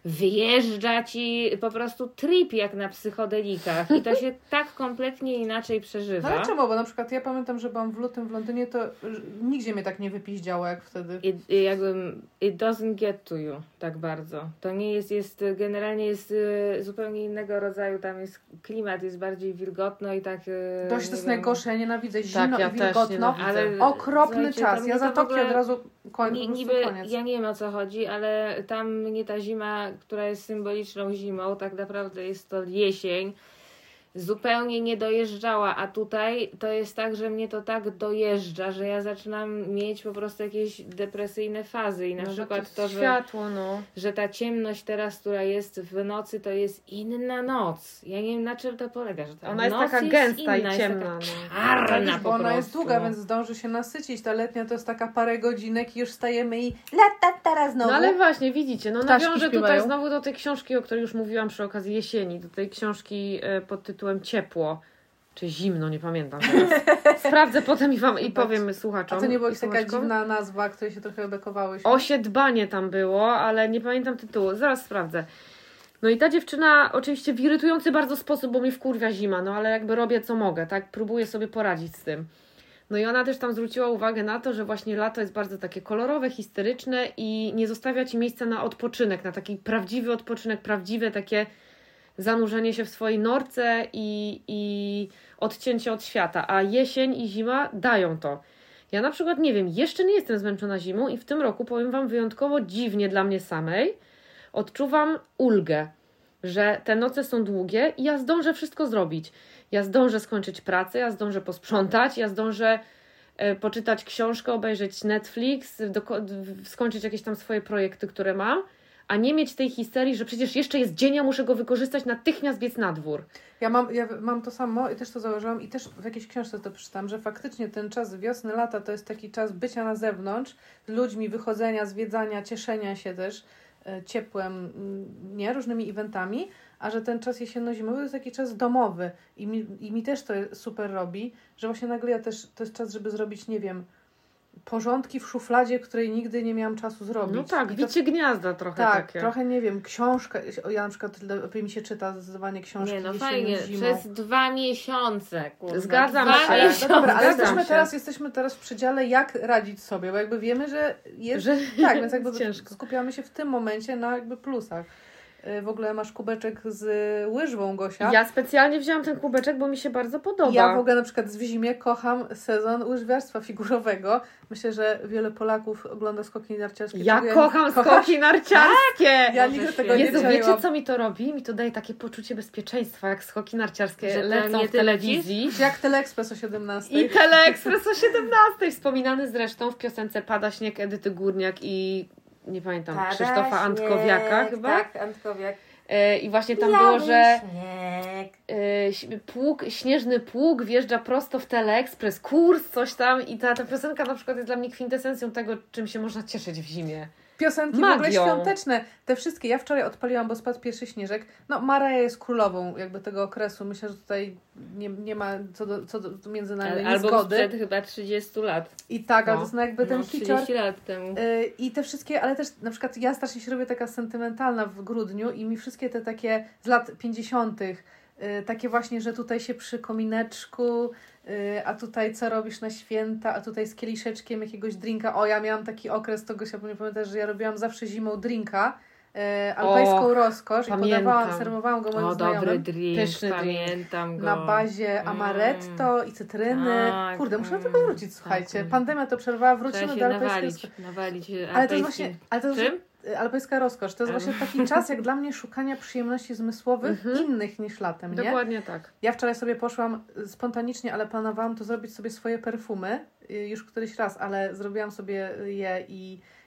wyjeżdża ci po prostu trip jak na psychodelikach i to się tak kompletnie inaczej No przeżywa. ale czemu? Bo na przykład ja pamiętam, że byłam w lutym w Londynie, to że nigdzie mnie tak nie wypiździało jak wtedy. It, jakby it doesn't get to you tak bardzo. To nie jest, jest generalnie jest y, zupełnie innego rodzaju, tam jest klimat, jest bardziej wilgotno i tak... Y, To się to jest wiem. najgorsze, ja nienawidzę zimno ja i też wilgotno. nienawidzę. Ale Okropny słuchajcie, czas. tam Ja mnie za to w Tokio ogóle- od razu koń, Ni, po prostu niby, koniec. ja nie wiem o co chodzi, ale tam mnie ta zima, która jest symboliczną zimą, tak naprawdę jest to jesień, zupełnie nie dojeżdżała, a tutaj to jest tak, że mnie to tak dojeżdża, że ja zaczynam mieć po prostu jakieś depresyjne fazy i na No, że przykład jest to, że, światło, no. że ta ciemność teraz, która jest w nocy, to jest inna noc. Ja nie wiem, na czym to polega, że ta Ona jest noc taka jest gęsta inna, i jest ciemna, taka no. czarna Tak, po bo ona prostu. jest długa, więc zdąży się nasycić. Ta letnia to jest taka parę godzinek i już stajemy i lata teraz znowu. No ale właśnie, widzicie, no Ptaszki nawiążę tutaj śpiewają. znowu do tej książki, o której już mówiłam przy okazji jesieni, do tej książki e, pod tytułem Ciepło, czy Zimno, nie pamiętam teraz. Sprawdzę potem i wam i Zobacz. powiem słuchaczom. A to nie była i jakaś taka słuchaczkom. dziwna nazwa, której się trochę bekowałyśmy? Osie dbanie tam było, ale nie pamiętam tytułu. Zaraz sprawdzę. No i ta dziewczyna oczywiście w irytujący bardzo sposób, bo mnie wkurwia zima, no ale jakby robię co mogę, tak? Próbuję sobie poradzić z tym. No i ona też tam zwróciła uwagę na to, że właśnie lato jest bardzo takie kolorowe, histeryczne i nie zostawia ci miejsca na odpoczynek, na taki prawdziwy odpoczynek, prawdziwe takie zanurzenie się w swojej norce i, i odcięcie od świata. A jesień i zima dają to. Ja na przykład nie wiem, jeszcze nie jestem zmęczona zimą i w tym roku, powiem wam, wyjątkowo dziwnie dla mnie samej odczuwam ulgę, że te noce są długie i ja zdążę wszystko zrobić. Ja zdążę skończyć pracę, ja zdążę posprzątać, ja zdążę e, poczytać książkę, obejrzeć Netflix, doko- w- skończyć jakieś tam swoje projekty, które mam, a nie mieć tej histerii, że przecież jeszcze jest dzień, ja muszę go wykorzystać, natychmiast biec na dwór. Ja mam, ja mam to samo i też to zauważyłam i też w jakiejś książce to przeczytałam, że faktycznie ten czas wiosny, lata to jest taki czas bycia na zewnątrz, z ludźmi, wychodzenia, zwiedzania, cieszenia się też e, ciepłem, m, nie, różnymi eventami, a że ten czas jesienno-zimowy to jest taki czas domowy i mi, i mi też to super robi, że właśnie nagle ja też, to jest czas, żeby zrobić, nie wiem, porządki w szufladzie, której nigdy nie miałam czasu zrobić. No tak, I to- wicie gniazda trochę tak, takie. trochę nie wiem, książka, ja na przykład lepiej mi się czyta zdecydowanie książki Nie, no jesienią, fajnie, zimą. przez dwa miesiące. Kurwa, Zgadzam dwa się. No Miesiące. dobra, ale Zgadzam jesteśmy się. teraz, jesteśmy teraz w przedziale, jak radzić sobie, bo jakby wiemy, że jest, Że tak, więc jakby jest ciężko. skupiamy się w tym momencie na jakby plusach. Y, W ogóle masz kubeczek z łyżwą, Gosia. Ja specjalnie wzięłam ten kubeczek, bo mi się bardzo podoba. Ja w ogóle na przykład w zimie kocham sezon łyżwiarstwa figurowego. Myślę, że wiele Polaków ogląda skoki narciarskie. Ja Czego kocham kochasz? skoki narciarskie! Ja Może nigdy tego świetnie. nie Jezu, czaiłam. wiecie co mi to robi? Mi to daje takie poczucie bezpieczeństwa, jak skoki narciarskie Że to lecą nie w ty telewizji. Jak Teleekspres o siedemnastej. I Teleekspres o siedemnastej, wspominany zresztą w piosence Pada śnieg Edyty Górniak i nie pamiętam, Pada Krzysztofa śnieg, Antkowiaka chyba. Tak, Antkowiak. E, I właśnie tam Biały było, że śnieg. e, ś- pług, śnieżny pług wjeżdża prosto w Teleekspres, kurs, coś tam i ta, ta piosenka na przykład jest dla mnie kwintesencją tego, czym się można cieszyć w zimie. Piosenki w ogóle Magią. świąteczne. Te wszystkie. Ja wczoraj odpaliłam, bo spadł pierwszy śnieżek. No, Maraja jest królową jakby tego okresu. Myślę, że tutaj nie, nie ma co do, co do między nami Albo niezgody. sprzed chyba trzydziestu lat. I tak, ale No. to jest no jakby ten No, hicior. trzydzieści lat temu. Y, I te wszystkie, ale też na przykład ja strasznie się robię taka sentymentalna w grudniu i mi wszystkie te takie z lat pięćdziesiątych y, takie właśnie, że tutaj się przy komineczku, y, a tutaj co robisz na święta, a tutaj z kieliszeczkiem jakiegoś drinka. O, ja miałam taki okres, to Gosia pewnie pamiętasz, że ja robiłam zawsze zimą drinka, y, alpejską Och, rozkosz i pamiętam. podawałam, serwowałam go moim O, dobry znajomym. drink, Pyszny drink. pamiętam go. Na bazie Mm. amaretto i cytryny. Tak, Kurde, muszę do mm, tego wrócić, słuchajcie. tak. Pandemia to przerwała, Trzeba wrócimy się do alpejskiej nawalić, rozkoszy. nawalić Ale to jest alpejskim. właśnie, ale to jest Czym? właśnie alpejska rozkosz. To jest właśnie taki czas, jak dla mnie, szukania przyjemności zmysłowych Mhm. innych niż latem, nie? Dokładnie tak. Ja wczoraj sobie poszłam y, spontanicznie, ale planowałam to zrobić sobie swoje perfumy y, już któryś raz, ale zrobiłam sobie je i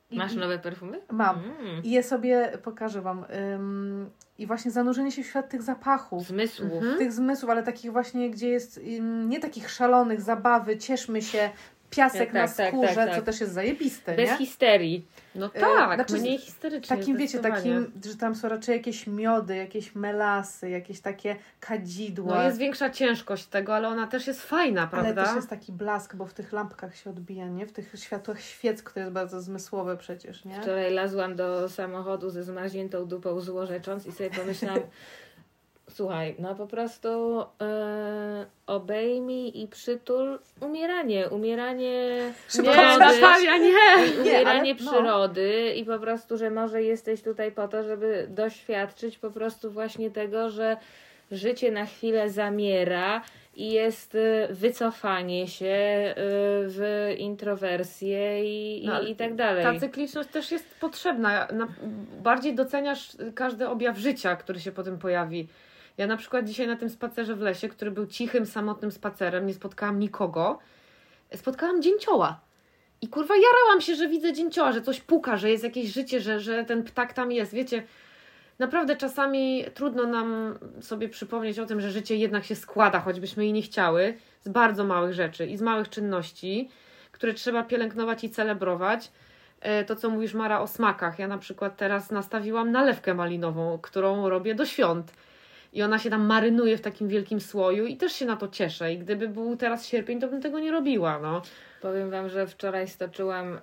I, Masz i, nowe perfumy? Mam. Mm. I je sobie pokażę Wam. Ym, I właśnie zanurzenie się w świat tych zapachów. Zmysłów. Mhm. Tych zmysłów, ale takich właśnie, gdzie jest ym, nie takich szalonych, zabawy, cieszmy się, piasek Tak, na tak, tak, skórze, tak, tak. co też jest zajebiste, Bez nie? histerii. No E, tak, znaczy, mniej histerycznie. Takim, wiecie, zdecydowanie. takim, że tam są raczej jakieś miody, jakieś melasy, jakieś takie kadzidła. No jest większa ciężkość tego, ale ona też jest fajna, ale prawda? też jest taki blask, bo w tych lampkach się odbija, nie? W tych światłach świec, które jest bardzo zmysłowe przecież, nie? Wczoraj lazłam do samochodu ze zmarzniętą dupą złorzecząc i sobie pomyślałam, słuchaj, no po prostu e, obejmij i przytul umieranie, umieranie Szybko Nie, Przyrody. Natalia, nie! umieranie ale- no. przyrody i po prostu, że może jesteś tutaj po to, żeby doświadczyć po prostu właśnie tego, że życie na chwilę zamiera i jest y, wycofanie się y, w introwersję i, i, No, ale i tak dalej. Ta cykliczność też jest potrzebna. Na, bardziej doceniasz każdy objaw życia, który się potem pojawi. Ja na przykład dzisiaj na tym spacerze w lesie, który był cichym, samotnym spacerem, nie spotkałam nikogo, spotkałam dzięcioła. I kurwa jarałam się, że widzę dzięcioła, że coś puka, że jest jakieś życie, że, że ten ptak tam jest. Wiecie, naprawdę czasami trudno nam sobie przypomnieć o tym, że życie jednak się składa, choćbyśmy i nie chciały, z bardzo małych rzeczy i z małych czynności, które trzeba pielęgnować i celebrować. E, To, co mówisz, Mara, o smakach. Ja na przykład teraz nastawiłam nalewkę malinową, którą robię do świąt. I ona się tam marynuje w takim wielkim słoju i też się na to cieszę. I gdyby był teraz sierpień, to bym tego nie robiła, no. Powiem Wam, że wczoraj stoczyłam y,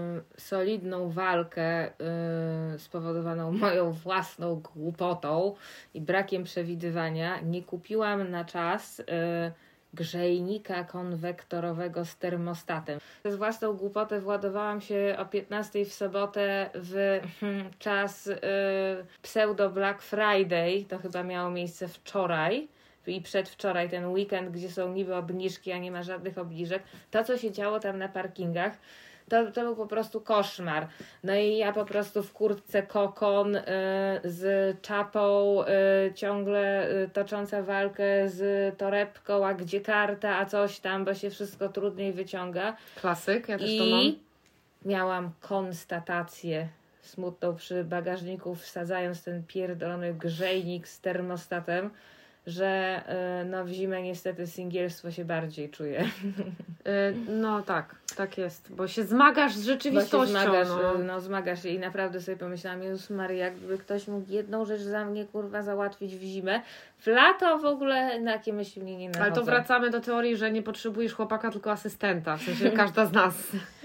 solidną walkę y, spowodowaną moją własną głupotą i brakiem przewidywania. Nie kupiłam na czas y, grzejnika konwektorowego z termostatem. Przez własną głupotę władowałam się o piętnastej w sobotę w hmm, czas y, pseudo Black Friday. To chyba miało miejsce wczoraj. I przedwczoraj, ten weekend, gdzie są niby obniżki, a nie ma żadnych obniżek, to co się działo tam na parkingach, to, to był po prostu koszmar. No i ja po prostu w kurtce kokon y, z czapą, y, ciągle y, tocząca walkę z torebką, a gdzie karta, a coś tam, bo się wszystko trudniej wyciąga. Klasyk, ja też to mam. I miałam konstatację smutną przy bagażniku, wsadzając ten pierdolony grzejnik z termostatem, że y, no w zimę niestety singielstwo się bardziej czuje. Y, No tak, tak jest, bo się zmagasz z Bo się rzeczywistością. zmagasz, no. y, no zmagasz się i naprawdę sobie pomyślałam, Jezus Maria, gdyby ktoś mógł jedną rzecz za mnie kurwa załatwić w zimę, w lato w ogóle na jakie myśli mnie nie nachodzą. Ale to wracamy do teorii, że nie potrzebujesz chłopaka, tylko asystenta, w sensie każda z nas.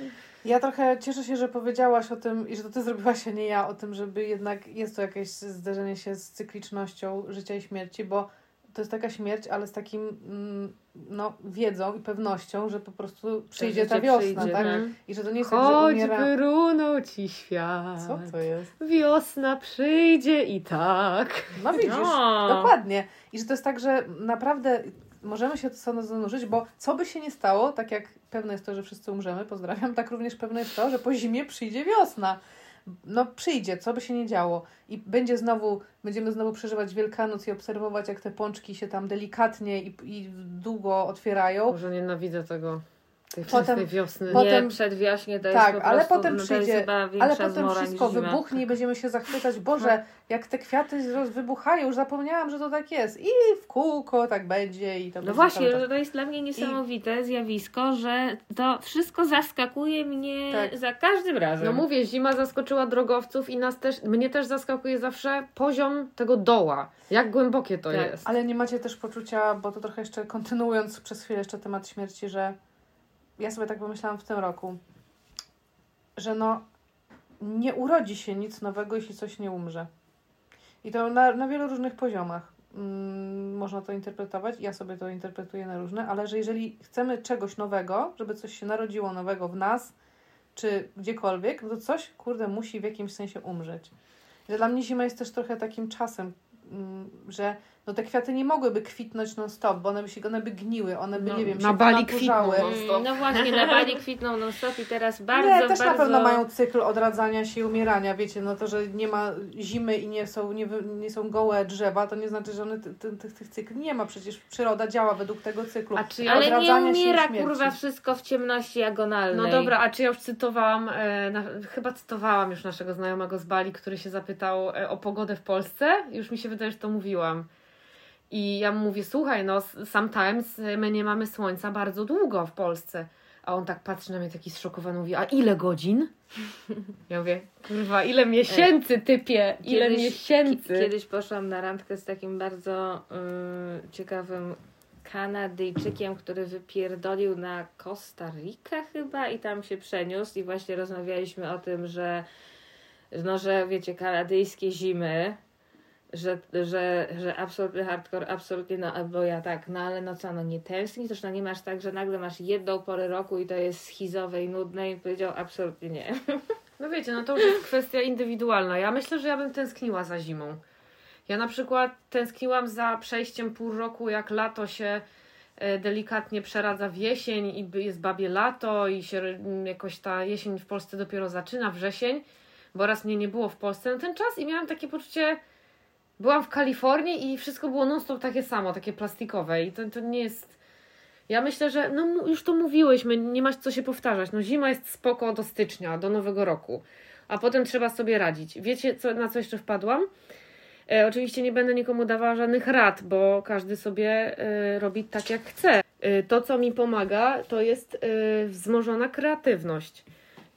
Ja trochę cieszę się, że powiedziałaś o tym i że to ty zrobiłaś, a nie ja, o tym, żeby jednak jest to jakieś zderzenie się z cyklicznością życia i śmierci, bo to jest taka śmierć, ale z takim mm, no, wiedzą i pewnością, że po prostu przyjdzie życie ta wiosna, przyjdzie, tak? tak. I że to nie jest tak, że Choć umiera... wyrunął ci świat, Co to jest? wiosna przyjdzie i tak. No widzisz, No. dokładnie. I że to jest tak, że naprawdę możemy się co zanurzyć, bo co by się nie stało, tak jak pewne jest to, że wszyscy umrzemy, pozdrawiam, tak również pewne jest to, że po zimie przyjdzie wiosna. No przyjdzie, co by się nie działo. I będzie znowu, będziemy znowu przeżywać Wielkanoc i obserwować, jak te pączki się tam delikatnie i, i długo otwierają. Może nienawidzę tego, tej Potem- wczesnej wiosny. potem- Nie, przedwiośnie to tak, jest po ale prostu, potem no, to przyjdzie- jest chyba większa Ale potem zmora wszystko niż zima. wybuchnie i będziemy się zachwycać. Boże, jak te kwiaty roz- wybuchają, już zapomniałam, że to tak jest. I w kółko tak będzie. I to No będzie właśnie, cały czas. to jest dla mnie niesamowite zjawisko, że to wszystko zaskakuje mnie Tak. za każdym razem. No mówię, zima zaskoczyła drogowców i nas też, mnie też zaskakuje zawsze poziom tego doła. Jak głębokie to Tak, jest. Ale nie macie też poczucia, bo to trochę jeszcze kontynuując przez chwilę jeszcze temat śmierci, że ja sobie tak pomyślałam w tym roku, że no nie urodzi się nic nowego, jeśli coś nie umrze. I to na, na wielu różnych poziomach mm, można to interpretować. Ja sobie to interpretuję na różne, ale że jeżeli chcemy czegoś nowego, żeby coś się narodziło nowego w nas, czy gdziekolwiek, no to coś, kurde, musi w jakimś sensie umrzeć. Że dla mnie zima jest też trochę takim czasem, mm, że no te kwiaty nie mogłyby kwitnąć non stop, bo one by się one by gniły, one by, No, nie wiem, na się Bali wynaturzały. kwitną non-stop. No właśnie, na Bali kwitną non stop i teraz bardzo, Nie, też bardzo... na pewno mają cykl odradzania się i umierania, wiecie, no to, że nie ma zimy i nie są, nie, wy- nie są gołe drzewa, to nie znaczy, że one ty, ty, tych, tych cykli nie ma, przecież przyroda działa według tego cyklu. A czy ja Ale nie odradzania się i umiera, śmierci. kurwa, wszystko w ciemności agonalnej. No dobra, a czy ja już cytowałam, e, na, chyba cytowałam już naszego znajomego z Bali, który się zapytał e, o pogodę w Polsce. Już mi się wydaje, że to mówiłam. I ja mu mówię, słuchaj, no sometimes my nie mamy słońca bardzo długo w Polsce. A on tak patrzy na mnie taki zszokowany, mówi, a ile godzin? Ja mówię, kurwa, ile miesięcy, typie, ile Kiedyś- miesięcy. Ki- Kiedyś poszłam na randkę z takim bardzo y, ciekawym Kanadyjczykiem, który wypierdolił na Costa Rica chyba i tam się przeniósł i właśnie rozmawialiśmy o tym, że no, że wiecie, kanadyjskie zimy, że, że, że absolutny hardcore, absolutnie, no bo ja tak, no ale no co, no nie tęsknisz, zresztą nie masz tak, że nagle masz jedną porę roku i to jest schizowe i nudne i powiedział absolutnie nie. No wiecie, no to już jest kwestia indywidualna. Ja myślę, że ja bym tęskniła za zimą. Ja na przykład tęskniłam za przejściem pół roku, jak lato się e, delikatnie przeradza w jesień i by- jest babie lato i się mm, jakoś ta jesień w Polsce dopiero zaczyna, wrzesień, bo raz mnie nie było w Polsce na ten czas i miałam takie poczucie, byłam w Kalifornii i wszystko było non-stop takie samo, takie plastikowe i to, to nie jest... Ja myślę, że no mu- już to mówiłyśmy, nie masz co się powtarzać. No zima jest spoko do stycznia, do nowego roku, a potem trzeba sobie radzić. Wiecie, co, na co jeszcze wpadłam? E, oczywiście nie będę nikomu dawała żadnych rad, bo każdy sobie e, robi tak, jak chce. E, to, co mi pomaga, to jest e, wzmożona kreatywność.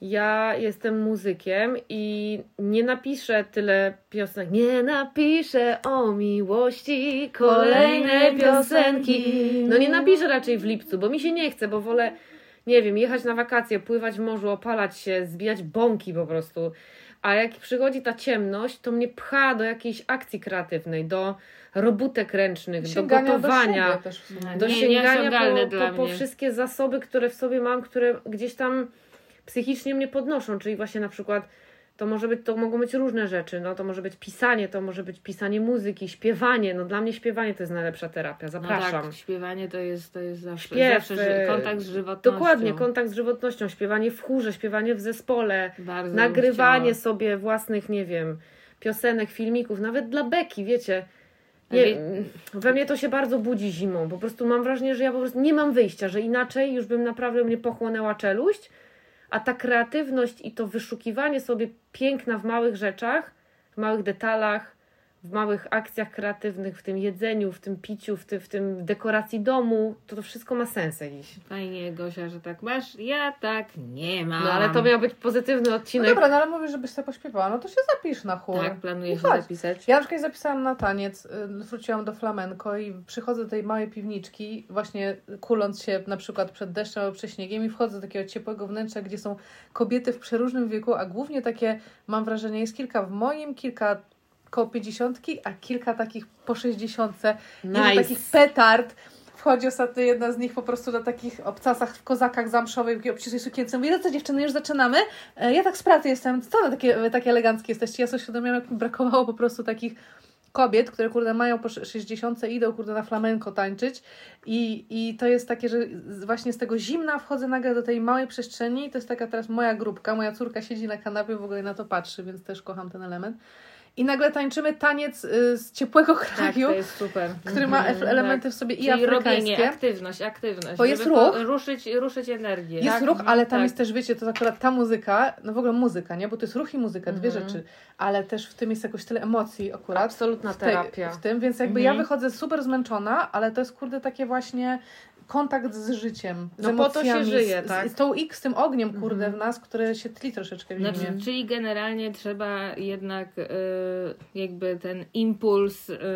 Ja jestem muzykiem i nie napiszę tyle piosenek. Nie napiszę o miłości kolejne piosenki. No nie napiszę raczej w lipcu, bo mi się nie chce, bo wolę, nie wiem, jechać na wakacje, pływać w morzu, opalać się, zbijać bąki po prostu. A jak przychodzi ta ciemność, to mnie pcha do jakiejś akcji kreatywnej, do robótek ręcznych, Sięgania do gotowania. Do siebie też w sumie. Do Nie, sięgania nieosiągalne po, dla po, po mnie. wszystkie zasoby, które w sobie mam, które gdzieś tam psychicznie mnie podnoszą, czyli właśnie na przykład to może być, to mogą być różne rzeczy, no to może być pisanie, to może być pisanie muzyki, śpiewanie, no dla mnie śpiewanie to jest najlepsza terapia, zapraszam. No tak, śpiewanie to jest, to jest zawsze, Śpiew, zawsze ży- kontakt z żywotnością. Dokładnie, kontakt z żywotnością, śpiewanie w chórze, śpiewanie w zespole, Bardzo nagrywanie bym chciała. sobie własnych, nie wiem, piosenek, filmików, nawet dla beki, wiecie. A Nie, wie- we mnie to się bardzo budzi zimą. Po prostu mam wrażenie, że ja po prostu nie mam wyjścia, że inaczej już bym naprawdę mnie pochłonęła czeluść, a ta kreatywność i to wyszukiwanie sobie piękna w małych rzeczach, w małych detalach, w małych akcjach kreatywnych, w tym jedzeniu, w tym piciu, w tym, w tym dekoracji domu, to to wszystko ma sens jakiś. Fajnie, Gosia, że tak masz. Ja tak nie mam. No ale to miał być pozytywny No odcinek. dobra, no ale mówisz, żebyś sobie pośpiewała, no to się zapisz na chór. Tak, planuję I się chodź. zapisać. Ja na przykład zapisałam na taniec, y, wróciłam do flamenko i przychodzę do tej małej piwniczki, właśnie kuląc się na przykład przed deszczem albo przed śniegiem i wchodzę do takiego ciepłego wnętrza, gdzie są kobiety w przeróżnym wieku, a głównie takie, mam wrażenie, jest kilka w moim, kilka koło pięćdziesiątki, a kilka takich po sześćdziesiątce. Nice. Nice. Takich petard. Wchodzi ostatnio jedna z nich po prostu na takich obcasach w kozakach zamszowych, w obcisłej sukience. Mówi, no co dziewczyny, już zaczynamy? E, Ja tak z pracy jestem. Co one takie, wy takie eleganckie jesteście? Ja sobie uświadomiłam, jak mi brakowało po prostu takich kobiet, które kurde mają po sześćdziesiątce i idą kurde na flamenko tańczyć. I, I to jest takie, że z- właśnie z tego zimna wchodzę nagle do tej małej przestrzeni. To jest taka teraz moja grupka. Moja córka siedzi na kanapie, w ogóle na to patrzy, więc też kocham ten element. I nagle tańczymy taniec y, z ciepłego Tak, kraju, to jest super. który ma Mhm, elementy w sobie i Czyli robienie, afrykańskie. aktywność, aktywność. Bo jest żeby ruch. po- ruszyć, ruszyć energię. Jest tak? ruch, ale tam tak. jest też, wiecie, to akurat ta muzyka, no w ogóle muzyka, nie? Bo to jest ruch i muzyka, dwie Mhm. rzeczy, ale też w tym jest jakoś tyle emocji akurat. Absolutna w, tej, terapia. w tym, więc jakby Mhm. ja wychodzę super zmęczona, ale to jest kurde takie właśnie kontakt z życiem, z No po to się emocjami, żyje, z, tak? z tą X, tym ogniem kurde Mhm. w nas, które się tli troszeczkę w Znaczy, zimie. czyli generalnie trzeba jednak y, jakby ten impuls y,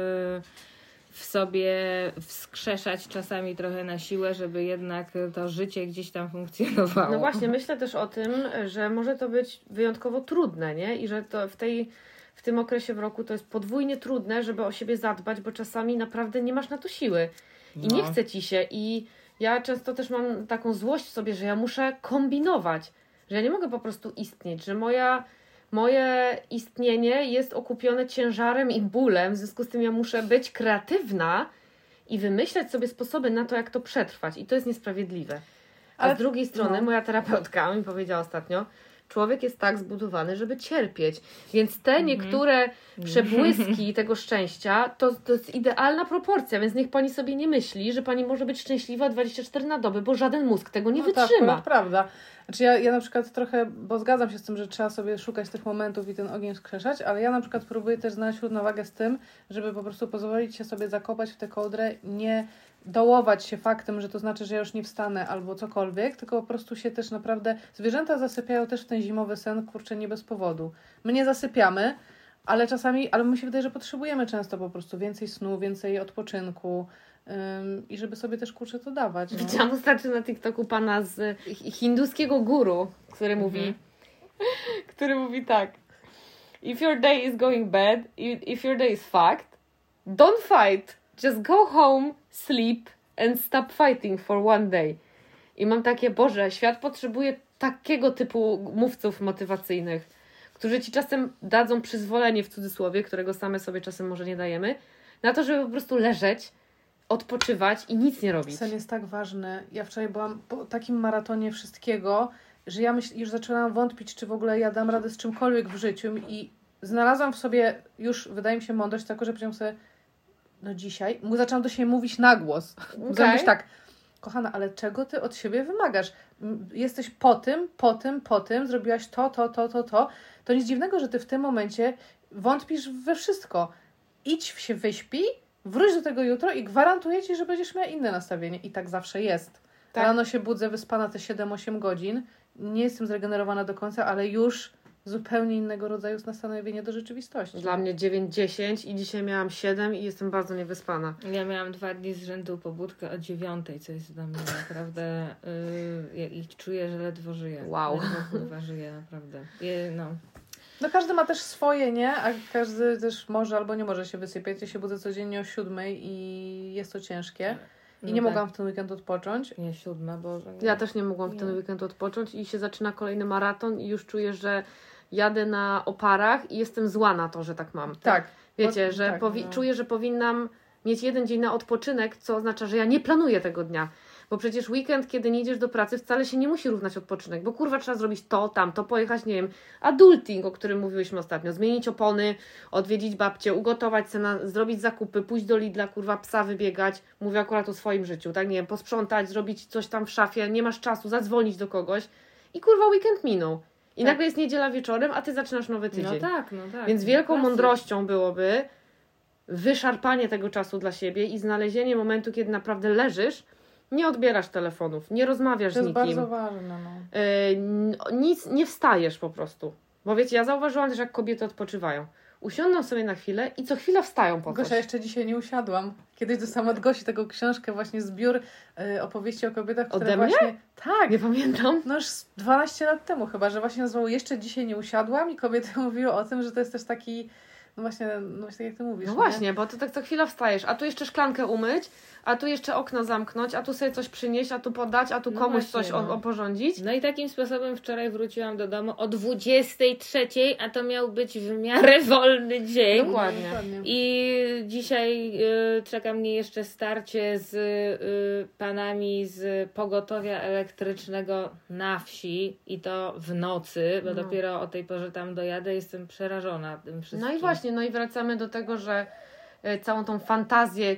w sobie wskrzeszać czasami trochę na siłę, żeby jednak to życie gdzieś tam funkcjonowało. No właśnie, myślę też o tym, że może to być wyjątkowo trudne, nie? I że to w tej, w tym okresie w roku to jest podwójnie trudne, żeby o siebie zadbać, bo czasami naprawdę nie masz na to siły. I No. nie chce ci się. I ja często też mam taką złość w sobie, że ja muszę kombinować, że ja nie mogę po prostu istnieć, że moja, moje istnienie jest okupione ciężarem i bólem, w związku z tym ja muszę być kreatywna i wymyślać sobie sposoby na to, jak to przetrwać. I to jest niesprawiedliwe. A Ale- z drugiej strony no. moja terapeutka mi powiedziała ostatnio, człowiek jest tak zbudowany, żeby cierpieć. Więc te niektóre przebłyski tego szczęścia, to, to jest idealna proporcja, więc niech pani sobie nie myśli, że pani może być szczęśliwa dwadzieścia cztery na dobę, bo żaden mózg tego nie No to wytrzyma. akurat prawda. Znaczy ja, ja na przykład trochę, bo zgadzam się z tym, że trzeba sobie szukać tych momentów i ten ogień skrzeszać, ale ja na przykład próbuję też znaleźć równowagę z tym, żeby po prostu pozwolić się sobie zakopać w tę kołdrę, nie dołować się faktem, że to znaczy, że ja już nie wstanę albo cokolwiek, tylko po prostu się też naprawdę... Zwierzęta zasypiają też w ten zimowy sen, kurczę, nie bez powodu. My nie zasypiamy, ale czasami, ale mi się wydaje, że potrzebujemy często po prostu więcej snu, więcej odpoczynku ym, i żeby sobie też, kurczę, to dawać. No. Widziałam ostatnio na TikToku pana z hi- hinduskiego guru, który mówi, który mówi tak: If your day is going bad, i- if your day is fucked, don't fight. Just go home, sleep and stop fighting for one day. I mam takie, Boże, świat potrzebuje takiego typu mówców motywacyjnych, którzy ci czasem dadzą przyzwolenie, w cudzysłowie, którego same sobie czasem może nie dajemy, na to, żeby po prostu leżeć, odpoczywać i nic nie robić. Sen jest tak ważny. Ja wczoraj byłam po takim maratonie wszystkiego, że ja myśl, już zaczynałam wątpić, czy w ogóle ja dam radę z czymkolwiek w życiu i znalazłam w sobie już, wydaje mi się, mądrość taką, że powiedziałam sobie, no dzisiaj, mu zaczęłam do siebie mówić na głos. Okay. Zaczęłam być tak, kochana, ale czego ty od siebie wymagasz? M, Jesteś po tym, po tym, po tym, zrobiłaś to, to, to, to, to. To nic dziwnego, że ty w tym momencie wątpisz we wszystko. Idź się wyśpij, wróć do tego jutro i gwarantuję ci, że będziesz miała inne nastawienie. I tak zawsze jest. Tak. Rano się budzę wyspana te siedem osiem godzin. Nie jestem zregenerowana do końca, ale już zupełnie innego rodzaju nastawienie do rzeczywistości. Dla mnie dziewięć dziesięć i dzisiaj miałam siedem i jestem bardzo niewyspana. Ja miałam dwa dni z rzędu pobudkę o dziewiątej, co jest dla mnie naprawdę... Yy, I czuję, że ledwo żyję. Wow. Ledwo kurwa żyję, naprawdę. Je, no. No każdy ma też swoje, nie? A każdy też może albo nie może się wysypiać. Ja się budzę codziennie o siódmej i jest to ciężkie. I No nie tak. mogłam w ten weekend odpocząć. Nie, siódma, Boże. Nie. Ja też nie mogłam w ten Nie. weekend odpocząć i się zaczyna kolejny maraton i już czuję, że jadę na oparach i jestem zła na to, że tak mam. Tak. Wiecie, Bo- że tak, powi- no. czuję, że powinnam mieć jeden dzień na odpoczynek, co oznacza, że ja nie planuję tego dnia. Bo przecież weekend, kiedy nie idziesz do pracy, wcale się nie musi równać odpoczynek, bo kurwa trzeba zrobić to, tamto, pojechać, nie wiem, adulting, o którym mówiłyśmy ostatnio, zmienić opony, odwiedzić babcię, ugotować se na, zrobić zakupy, pójść do Lidla, kurwa, psa wybiegać, mówię akurat o swoim życiu, tak, nie wiem, posprzątać, zrobić coś tam w szafie, nie masz czasu, zadzwonić do kogoś i kurwa weekend minął. I Tak. nagle jest niedziela wieczorem, a ty zaczynasz nowy tydzień. No tak, no tak. Więc wielką Klasyk. mądrością byłoby wyszarpanie tego czasu dla siebie i znalezienie momentu, kiedy naprawdę leżysz, nie odbierasz telefonów, nie rozmawiasz To z jest nikim, bardzo ważne. No. yy, n- nic, nie wstajesz po prostu. Bo wiecie, ja zauważyłam też, jak kobiety odpoczywają. Usiądą sobie na chwilę i co chwilę wstają po coś. Gosia, jeszcze dzisiaj nie usiadłam. Kiedyś dostałam od Gosi taką książkę, właśnie zbiór y, opowieści o kobietach, które Ode mnie? właśnie... Tak, Nie pamiętam. no już z dwanaście lat temu chyba, że właśnie nazywało Jeszcze dzisiaj nie usiadłam i kobiety mówiły o tym, że to jest też taki, no właśnie, no właśnie tak jak ty mówisz. No nie? właśnie, bo ty tak co chwila wstajesz, a tu jeszcze szklankę umyć, a tu jeszcze okno zamknąć, a tu sobie coś przynieść, a tu podać, a tu No komuś właśnie, coś o- no. oporządzić. No i takim sposobem wczoraj wróciłam do domu o dwudziestej trzeciej, a to miał być w miarę wolny dzień. Dokładnie. Dokładnie. I dzisiaj y, czeka mnie jeszcze starcie z y, panami z pogotowia elektrycznego na wsi i to w nocy, bo No. dopiero o tej porze tam dojadę. Jestem przerażona tym wszystkim. No i właśnie, no i wracamy do tego, że e, całą tą fantazję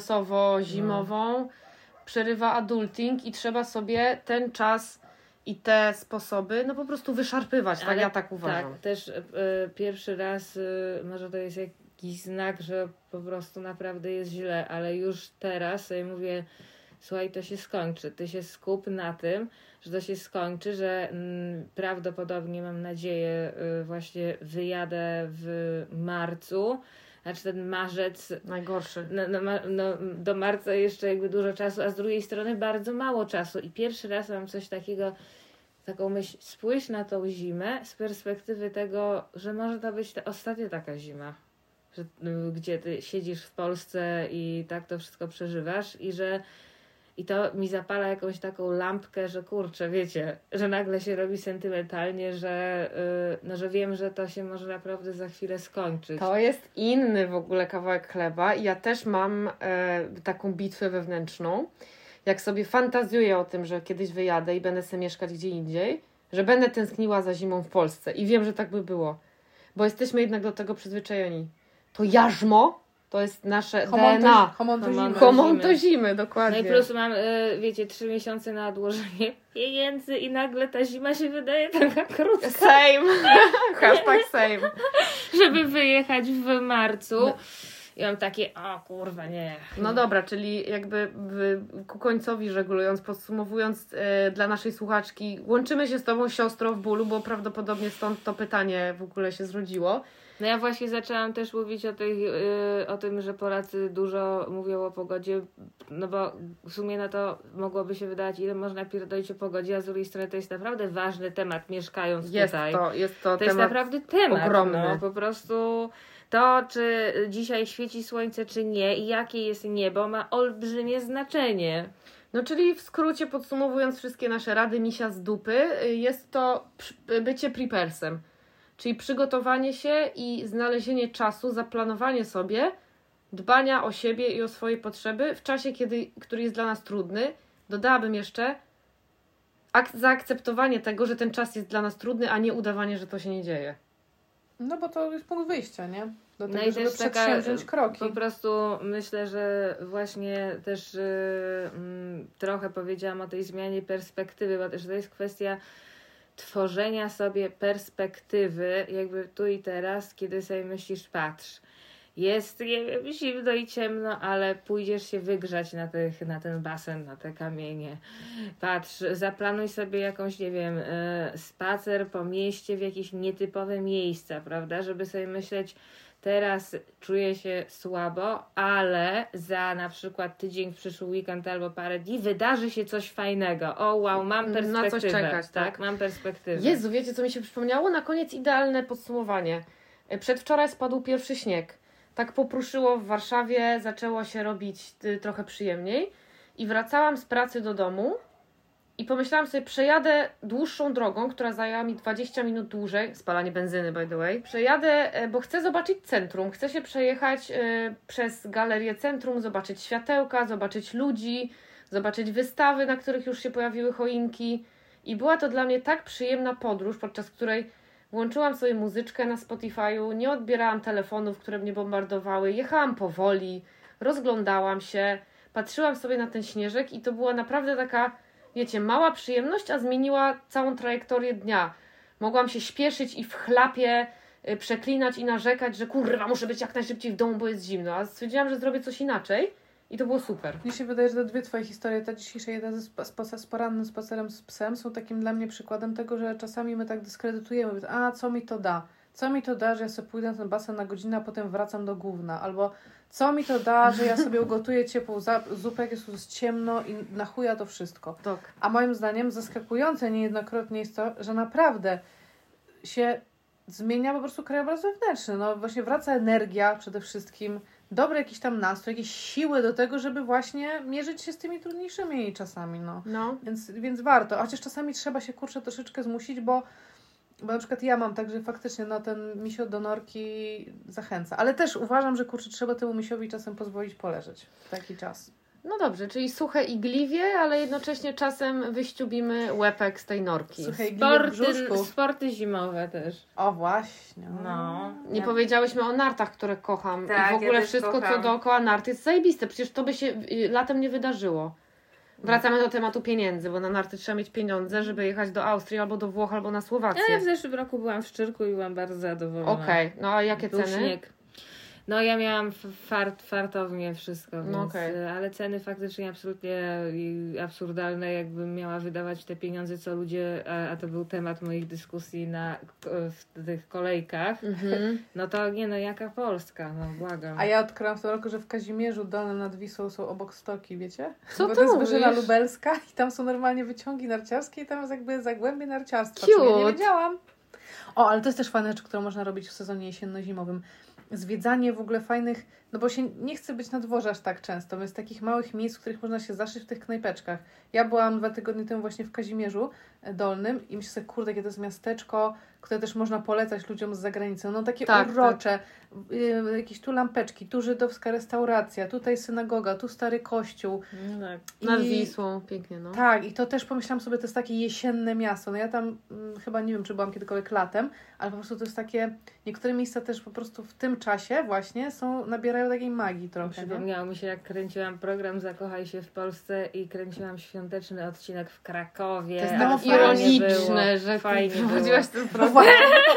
christmasowo-zimową przerywa adulting i trzeba sobie ten czas i te sposoby no po prostu wyszarpywać, tak? Ale Ja tak uważam. Tak, też y, pierwszy raz, y, może to jest jakiś znak, że po prostu naprawdę jest źle, ale już teraz sobie mówię, słuchaj, to się skończy. Ty się skup na tym, że to się skończy, że mm, prawdopodobnie, mam nadzieję, y, właśnie wyjadę w marcu. Znaczy ten marzec, Najgorszy. no, no, ma- no, do marca jeszcze jakby dużo czasu, a z drugiej strony bardzo mało czasu. I pierwszy raz mam coś takiego, taką myśl, spójrz na tą zimę z perspektywy tego, że może to być ta ostatnia taka zima, że, y, gdzie ty siedzisz w Polsce i tak to wszystko przeżywasz i że I to mi zapala jakąś taką lampkę, że kurczę, wiecie, że nagle się robi sentymentalnie, że, yy, no, że wiem, że to się może naprawdę za chwilę skończyć. To jest inny w ogóle kawałek chleba i ja też mam e, taką bitwę wewnętrzną. Jak sobie fantazjuję o tym, że kiedyś wyjadę i będę sobie mieszkać gdzie indziej, że będę tęskniła za zimą w Polsce. I wiem, że tak by było. Bo jesteśmy jednak do tego przyzwyczajeni. To jarzmo to jest nasze D N A. Homon to zimy. Homon to zimy, dokładnie. No i plus mam, wiecie, trzy miesiące na odłożenie pieniędzy i nagle ta zima się wydaje taka krótka. Same. Hashtag same. Żeby wyjechać w marcu. No. I mam takie, o kurwa, nie. No dobra, czyli jakby w, ku końcowi żeglując, podsumowując e, dla naszej słuchaczki, łączymy się z Tobą, siostro, w bólu, bo prawdopodobnie stąd to pytanie w ogóle się zrodziło. No ja właśnie zaczęłam też mówić o, tych, yy, o tym, że Polacy dużo mówią o pogodzie, no bo w sumie na to mogłoby się wydawać, ile można pierdolić o pogodzie, a z drugiej strony to jest naprawdę ważny temat, mieszkając jest tutaj. To, jest to, to temat jest naprawdę temat. ogromny. No, po prostu to, czy dzisiaj świeci słońce, czy nie i jakie jest niebo, ma olbrzymie znaczenie. No czyli w skrócie podsumowując wszystkie nasze rady misia z dupy, jest to bycie prepersem. Czyli przygotowanie się i znalezienie czasu, zaplanowanie sobie dbania o siebie i o swoje potrzeby w czasie, kiedy, który jest dla nas trudny. Dodałabym jeszcze ak- zaakceptowanie tego, że ten czas jest dla nas trudny, a nie udawanie, że to się nie dzieje. No bo to jest punkt wyjścia, nie? Do tego, no i żeby też przedsięwziąć taka, kroki. Po prostu myślę, że właśnie też yy, mm, trochę powiedziałam o tej zmianie perspektywy, bo też to jest kwestia tworzenia sobie perspektywy jakby tu i teraz, kiedy sobie myślisz, patrz, jest, nie wiem, zimno i ciemno, ale pójdziesz się wygrzać na, tych, na ten basen, na te kamienie. Patrz, zaplanuj sobie jakąś, nie wiem, spacer po mieście w jakieś nietypowe miejsca, prawda, żeby sobie myśleć, teraz czuję się słabo, ale za na przykład tydzień, w przyszły weekend albo parę dni wydarzy się coś fajnego. O wow, mam perspektywę. Na coś czekać, tak? tak? Mam perspektywę. Jezu, wiecie co mi się przypomniało? Na koniec idealne podsumowanie. Przedwczoraj spadł pierwszy śnieg. Tak popruszyło w Warszawie, zaczęło się robić y, trochę przyjemniej i wracałam z pracy do domu i pomyślałam sobie, przejadę dłuższą drogą, która zajęła mi dwadzieścia minut dłużej, spalanie benzyny by the way, przejadę, bo chcę zobaczyć centrum, chcę się przejechać y, przez galerię centrum, zobaczyć światełka, zobaczyć ludzi, zobaczyć wystawy, na których już się pojawiły choinki i była to dla mnie tak przyjemna podróż, podczas której włączyłam sobie muzyczkę na Spotify'u, nie odbierałam telefonów, które mnie bombardowały, jechałam powoli, rozglądałam się, patrzyłam sobie na ten śnieżek i to była naprawdę taka, wiecie, mała przyjemność, a zmieniła całą trajektorię dnia. Mogłam się śpieszyć i w chlapie y, przeklinać i narzekać, że kurwa, muszę być jak najszybciej w domu, bo jest zimno, a stwierdziłam, że zrobię coś inaczej i to było super. Mi się wydaje, że te dwie twoje historie, ta dzisiejsza jedna ze sp- sp- z porannym spacerem z psem są takim dla mnie przykładem tego, że czasami my tak dyskredytujemy, a co mi to da? Co mi to da, że ja sobie pójdę na ten basen na godzinę, a potem wracam do gówna? Albo co mi to da, że ja sobie ugotuję ciepłą zupę, jak jest ciemno i na chuja to wszystko. Tak. A moim zdaniem zaskakujące niejednokrotnie jest to, że naprawdę się zmienia po prostu krajobraz wewnętrzny. No właśnie wraca energia przede wszystkim, dobry jakiś tam nastrój, jakieś siły do tego, żeby właśnie mierzyć się z tymi trudniejszymi czasami. No. No. Więc, więc warto. Chociaż czasami trzeba się, kurczę, troszeczkę zmusić, bo Bo na przykład ja mam tak, że faktycznie no, ten misio do norki zachęca. Ale też uważam, że kurczę, trzeba temu misiowi czasem pozwolić poleżeć w taki czas. No dobrze, czyli suche igliwie, ale jednocześnie czasem wyściubimy łepek z tej norki. Suche igliwie w Sporty, brzuszku. sporty zimowe też. O właśnie. No. Nie Ja- powiedziałyśmy o nartach, które kocham. Tak, I w ogóle ja też wszystko, kocham. co dookoła nart jest zajebiste. Przecież to by się y, latem nie wydarzyło. Wracamy do tematu pieniędzy, bo na narty trzeba mieć pieniądze, żeby jechać do Austrii, albo do Włoch, albo na Słowację. Ja w zeszłym roku byłam w Szczyrku i byłam bardzo zadowolona. Okej, okay. No a jakie Był ceny? śnieg. No ja miałam f- fart, fartownie wszystko, więc, No okej. ale ceny faktycznie absolutnie i absurdalne, jakbym miała wydawać te pieniądze, co ludzie, a, a to był temat moich dyskusji na, w tych kolejkach, Mhm. no to nie no, jaka Polska, no błagam. A ja odkryłam w tym roku, że w Kazimierzu Dolnym nad Wisłą są obok stoki, wiecie? Co Bo ty to jest Wyżyna mówisz? Lubelska i tam są normalnie wyciągi narciarskie i tam jest jakby zagłębie narciarstwa. Cute. czego Ja nie wiedziałam. O, ale to jest też fajna rzecz, którą można robić w sezonie jesienno-zimowym. zwiedzanie w ogóle fajnych, no bo się nie chce być na dworze aż tak często, więc takich małych miejsc, w których można się zaszyć w tych knajpeczkach. Ja byłam dwa tygodnie temu właśnie w Kazimierzu Dolnym i myślę sobie, kurde, jakie to jest miasteczko, które też można polecać ludziom z zagranicy. No takie Tak, urocze, y, jakieś tu lampeczki, tu żydowska restauracja, tutaj synagoga, tu stary kościół. No tak. Nad I- Wisłą, pięknie, no. Tak, i to też pomyślałam sobie, to jest takie jesienne miasto. No ja tam mm, chyba nie wiem, czy byłam kiedykolwiek latem, ale po prostu to jest takie, niektóre miejsca też po prostu w tym czasie właśnie są, nabierają takiej magii trochę. Nie? Przypomniało mi się, jak kręciłam program Zakochaj się w Polsce i kręciłam świąteczny odcinek w Krakowie. To jest a no, fajnie ironiczne, było, że fajnie ty było. prowadziłaś ten No program. właśnie,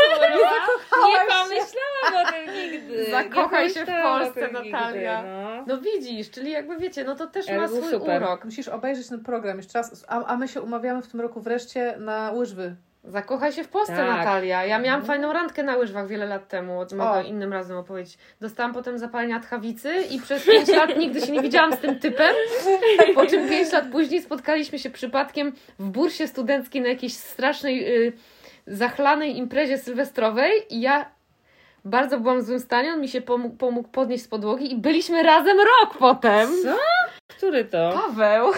Nie pomyślałam o tym nigdy. Zakochaj Nie się w pomyślałam o Polsce, tym nigdy, Natalia. no. No widzisz, czyli jakby wiecie, no to też Ale ma był swój super. urok. musisz obejrzeć ten program jeszcze raz, a, a my się umawiamy w tym roku wreszcie na łyżwy. Zakochaj się w Polsce, Tak. Natalia. Ja miałam Mhm. fajną randkę na łyżwach wiele lat temu, mogę O. innym razem opowiedzieć. Dostałam potem zapalenia tchawicy i przez pięć lat nigdy się nie widziałam z tym typem, po czym pięć lat później spotkaliśmy się przypadkiem w bursie studenckiej na jakiejś strasznej, y, zachlanej imprezie sylwestrowej i ja bardzo byłam w złym stanie, on mi się pomógł, pomógł podnieść z podłogi i byliśmy razem rok potem. Co? Który to? Paweł.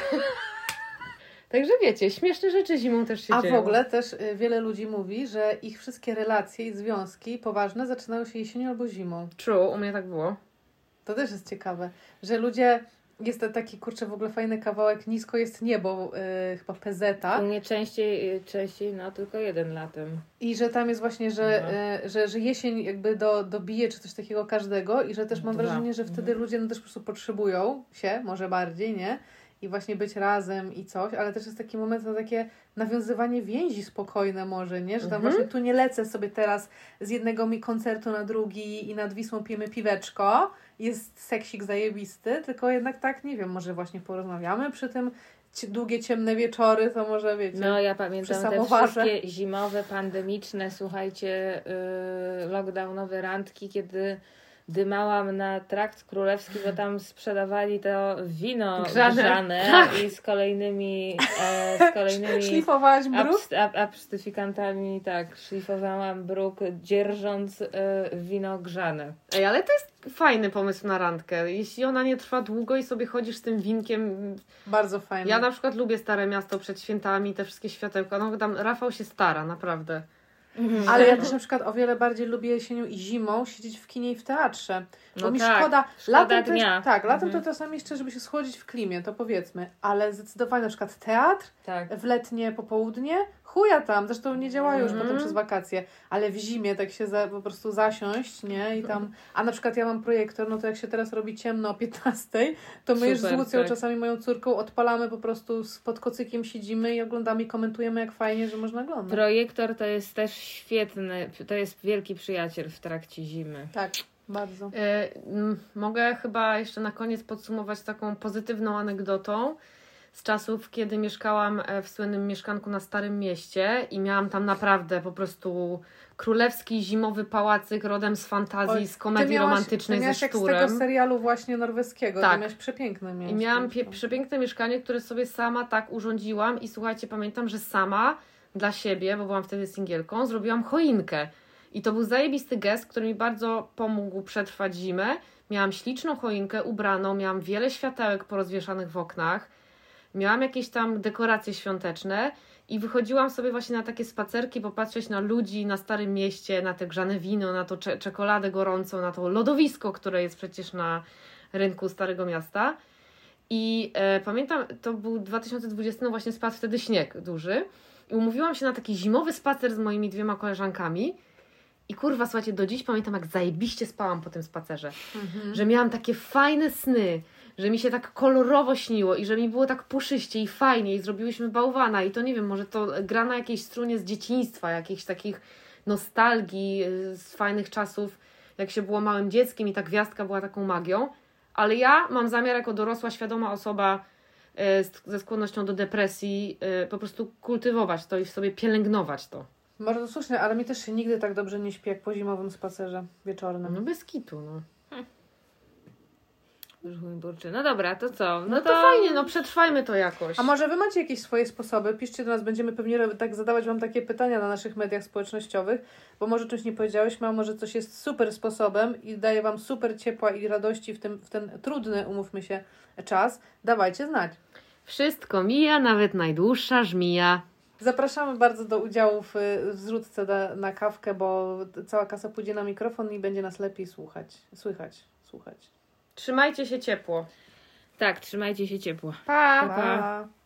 Także wiecie, śmieszne rzeczy zimą też się A dzieją. w ogóle też y, wiele ludzi mówi, że ich wszystkie relacje i związki poważne zaczynają się jesienią albo zimą. True, u mnie tak było. To też jest ciekawe, że ludzie, jest to taki, kurczę, w ogóle fajny kawałek, Nisko jest niebo, y, chyba P Z a. U mnie częściej, częściej, no tylko jeden latem. I że tam jest właśnie, że, No. y, że, że jesień jakby do, dobije czy coś takiego każdego i że też mam Dwa. wrażenie, że wtedy ludzie no też po prostu potrzebują się, może bardziej, nie? I właśnie być razem i coś, ale też jest taki moment na takie nawiązywanie więzi spokojne może, nie? Że tam Mhm. właśnie tu nie lecę sobie teraz z jednego mi koncertu na drugi i nad Wisłą pijemy piweczko, jest seksik zajebisty, tylko jednak tak, nie wiem, może właśnie porozmawiamy przy tym ci- długie, ciemne wieczory, to może wiecie. No ja Przy pamiętam te samowarze. wszystkie zimowe, pandemiczne, słuchajcie, yy, lockdownowe randki, kiedy dymałam na Trakt Królewski, bo tam sprzedawali to wino Grzane. grzane, Tak. i z kolejnymi e, z kolejnymi Szlifowałaś brud? abst- ab- abstyfikantami, tak, szlifowałam bruk, dzierżąc e, wino grzane. Ej, ale to jest fajny pomysł na randkę. Jeśli ona nie trwa długo i sobie chodzisz z tym winkiem. Bardzo fajne. Ja na przykład lubię Stare Miasto przed świętami, te wszystkie światełka. No tam Rafał się stara, naprawdę. Ale ja też na przykład o wiele bardziej lubię jesienią i zimą siedzieć w kinie i w teatrze. Bo No mi tak, szkoda, szkoda latem to dnia. jest, tak, latem Mhm. to czasami jeszcze, żeby się schłodzić w klimie, to powiedzmy, ale zdecydowanie na przykład teatr Tak. w letnie popołudnie, chuja tam, zresztą nie działają już Mhm. potem przez wakacje, ale w zimie tak się za, po prostu zasiąść, nie, i tam, a na przykład ja mam projektor, no to jak się teraz robi ciemno o piętnastej, to my już z Super, Łucją, tak. czasami moją córką, odpalamy po prostu z pod kocykiem, siedzimy i oglądamy i komentujemy, jak fajnie, że można oglądać. Projektor to jest też świetny, to jest wielki przyjaciel w trakcie zimy. Tak, bardzo. E, m, mogę chyba jeszcze na koniec podsumować taką pozytywną anegdotą z czasów, kiedy mieszkałam e, w słynnym mieszkanku na Starym Mieście i miałam tam naprawdę po prostu królewski zimowy pałacyk rodem z fantazji, Oj, z komedii miałaś- romantycznej ty ze miałaś jak z szturem. tego serialu właśnie norweskiego, Tak. to miałeś przepiękne miałeś. I miałam to- pie- przepiękne mieszkanie, które sobie sama tak urządziłam i słuchajcie, pamiętam, że sama dla siebie, bo byłam wtedy singielką, zrobiłam choinkę. I to był zajebisty gest, który mi bardzo pomógł przetrwać zimę. Miałam śliczną choinkę ubraną, miałam wiele światełek porozwieszanych w oknach, miałam jakieś tam dekoracje świąteczne i wychodziłam sobie właśnie na takie spacerki, popatrzeć na ludzi na Starym Mieście, na te grzane wino, na to cze- czekoladę gorącą, na to lodowisko, które jest przecież na rynku Starego Miasta. I e, pamiętam, to był dwa tysiące dwudziesty, no właśnie spadł wtedy śnieg duży. I umówiłam się na taki zimowy spacer z moimi dwiema koleżankami. I kurwa, słuchajcie, do dziś pamiętam, jak zajebiście spałam po tym spacerze. Mhm. Że miałam takie fajne sny, że mi się tak kolorowo śniło i że mi było tak puszyście i fajnie i zrobiłyśmy bałwana. I to nie wiem, może to gra na jakiejś strunie z dzieciństwa, jakichś takich nostalgii y, z fajnych czasów, jak się było małym dzieckiem i ta gwiazdka była taką magią. Ale ja mam zamiar jako dorosła, świadoma osoba y, z- ze skłonnością do depresji y, po prostu kultywować to i w sobie pielęgnować to. Bardzo słusznie, ale mi też się nigdy tak dobrze nie śpi jak po zimowym spacerze wieczornym. No bez kitu, no. Brzuch mi burczy. No dobra, to co? No, no to... to fajnie, no przetrwajmy to jakoś. A może wy macie jakieś swoje sposoby? Piszcie do nas, będziemy pewnie tak zadawać wam takie pytania na naszych mediach społecznościowych, bo może czymś nie powiedziałyśmy, a może coś jest super sposobem i daje wam super ciepła i radości w, tym, w ten trudny, umówmy się, czas. Dawajcie znać. Wszystko mija, nawet najdłuższa żmija. Zapraszamy bardzo do udziału w, w zrzutce na, na kawkę, bo cała kasa pójdzie na mikrofon i będzie nas lepiej słuchać. Słychać, słuchać. Trzymajcie się ciepło. Tak, trzymajcie się ciepło. Pa! Pa!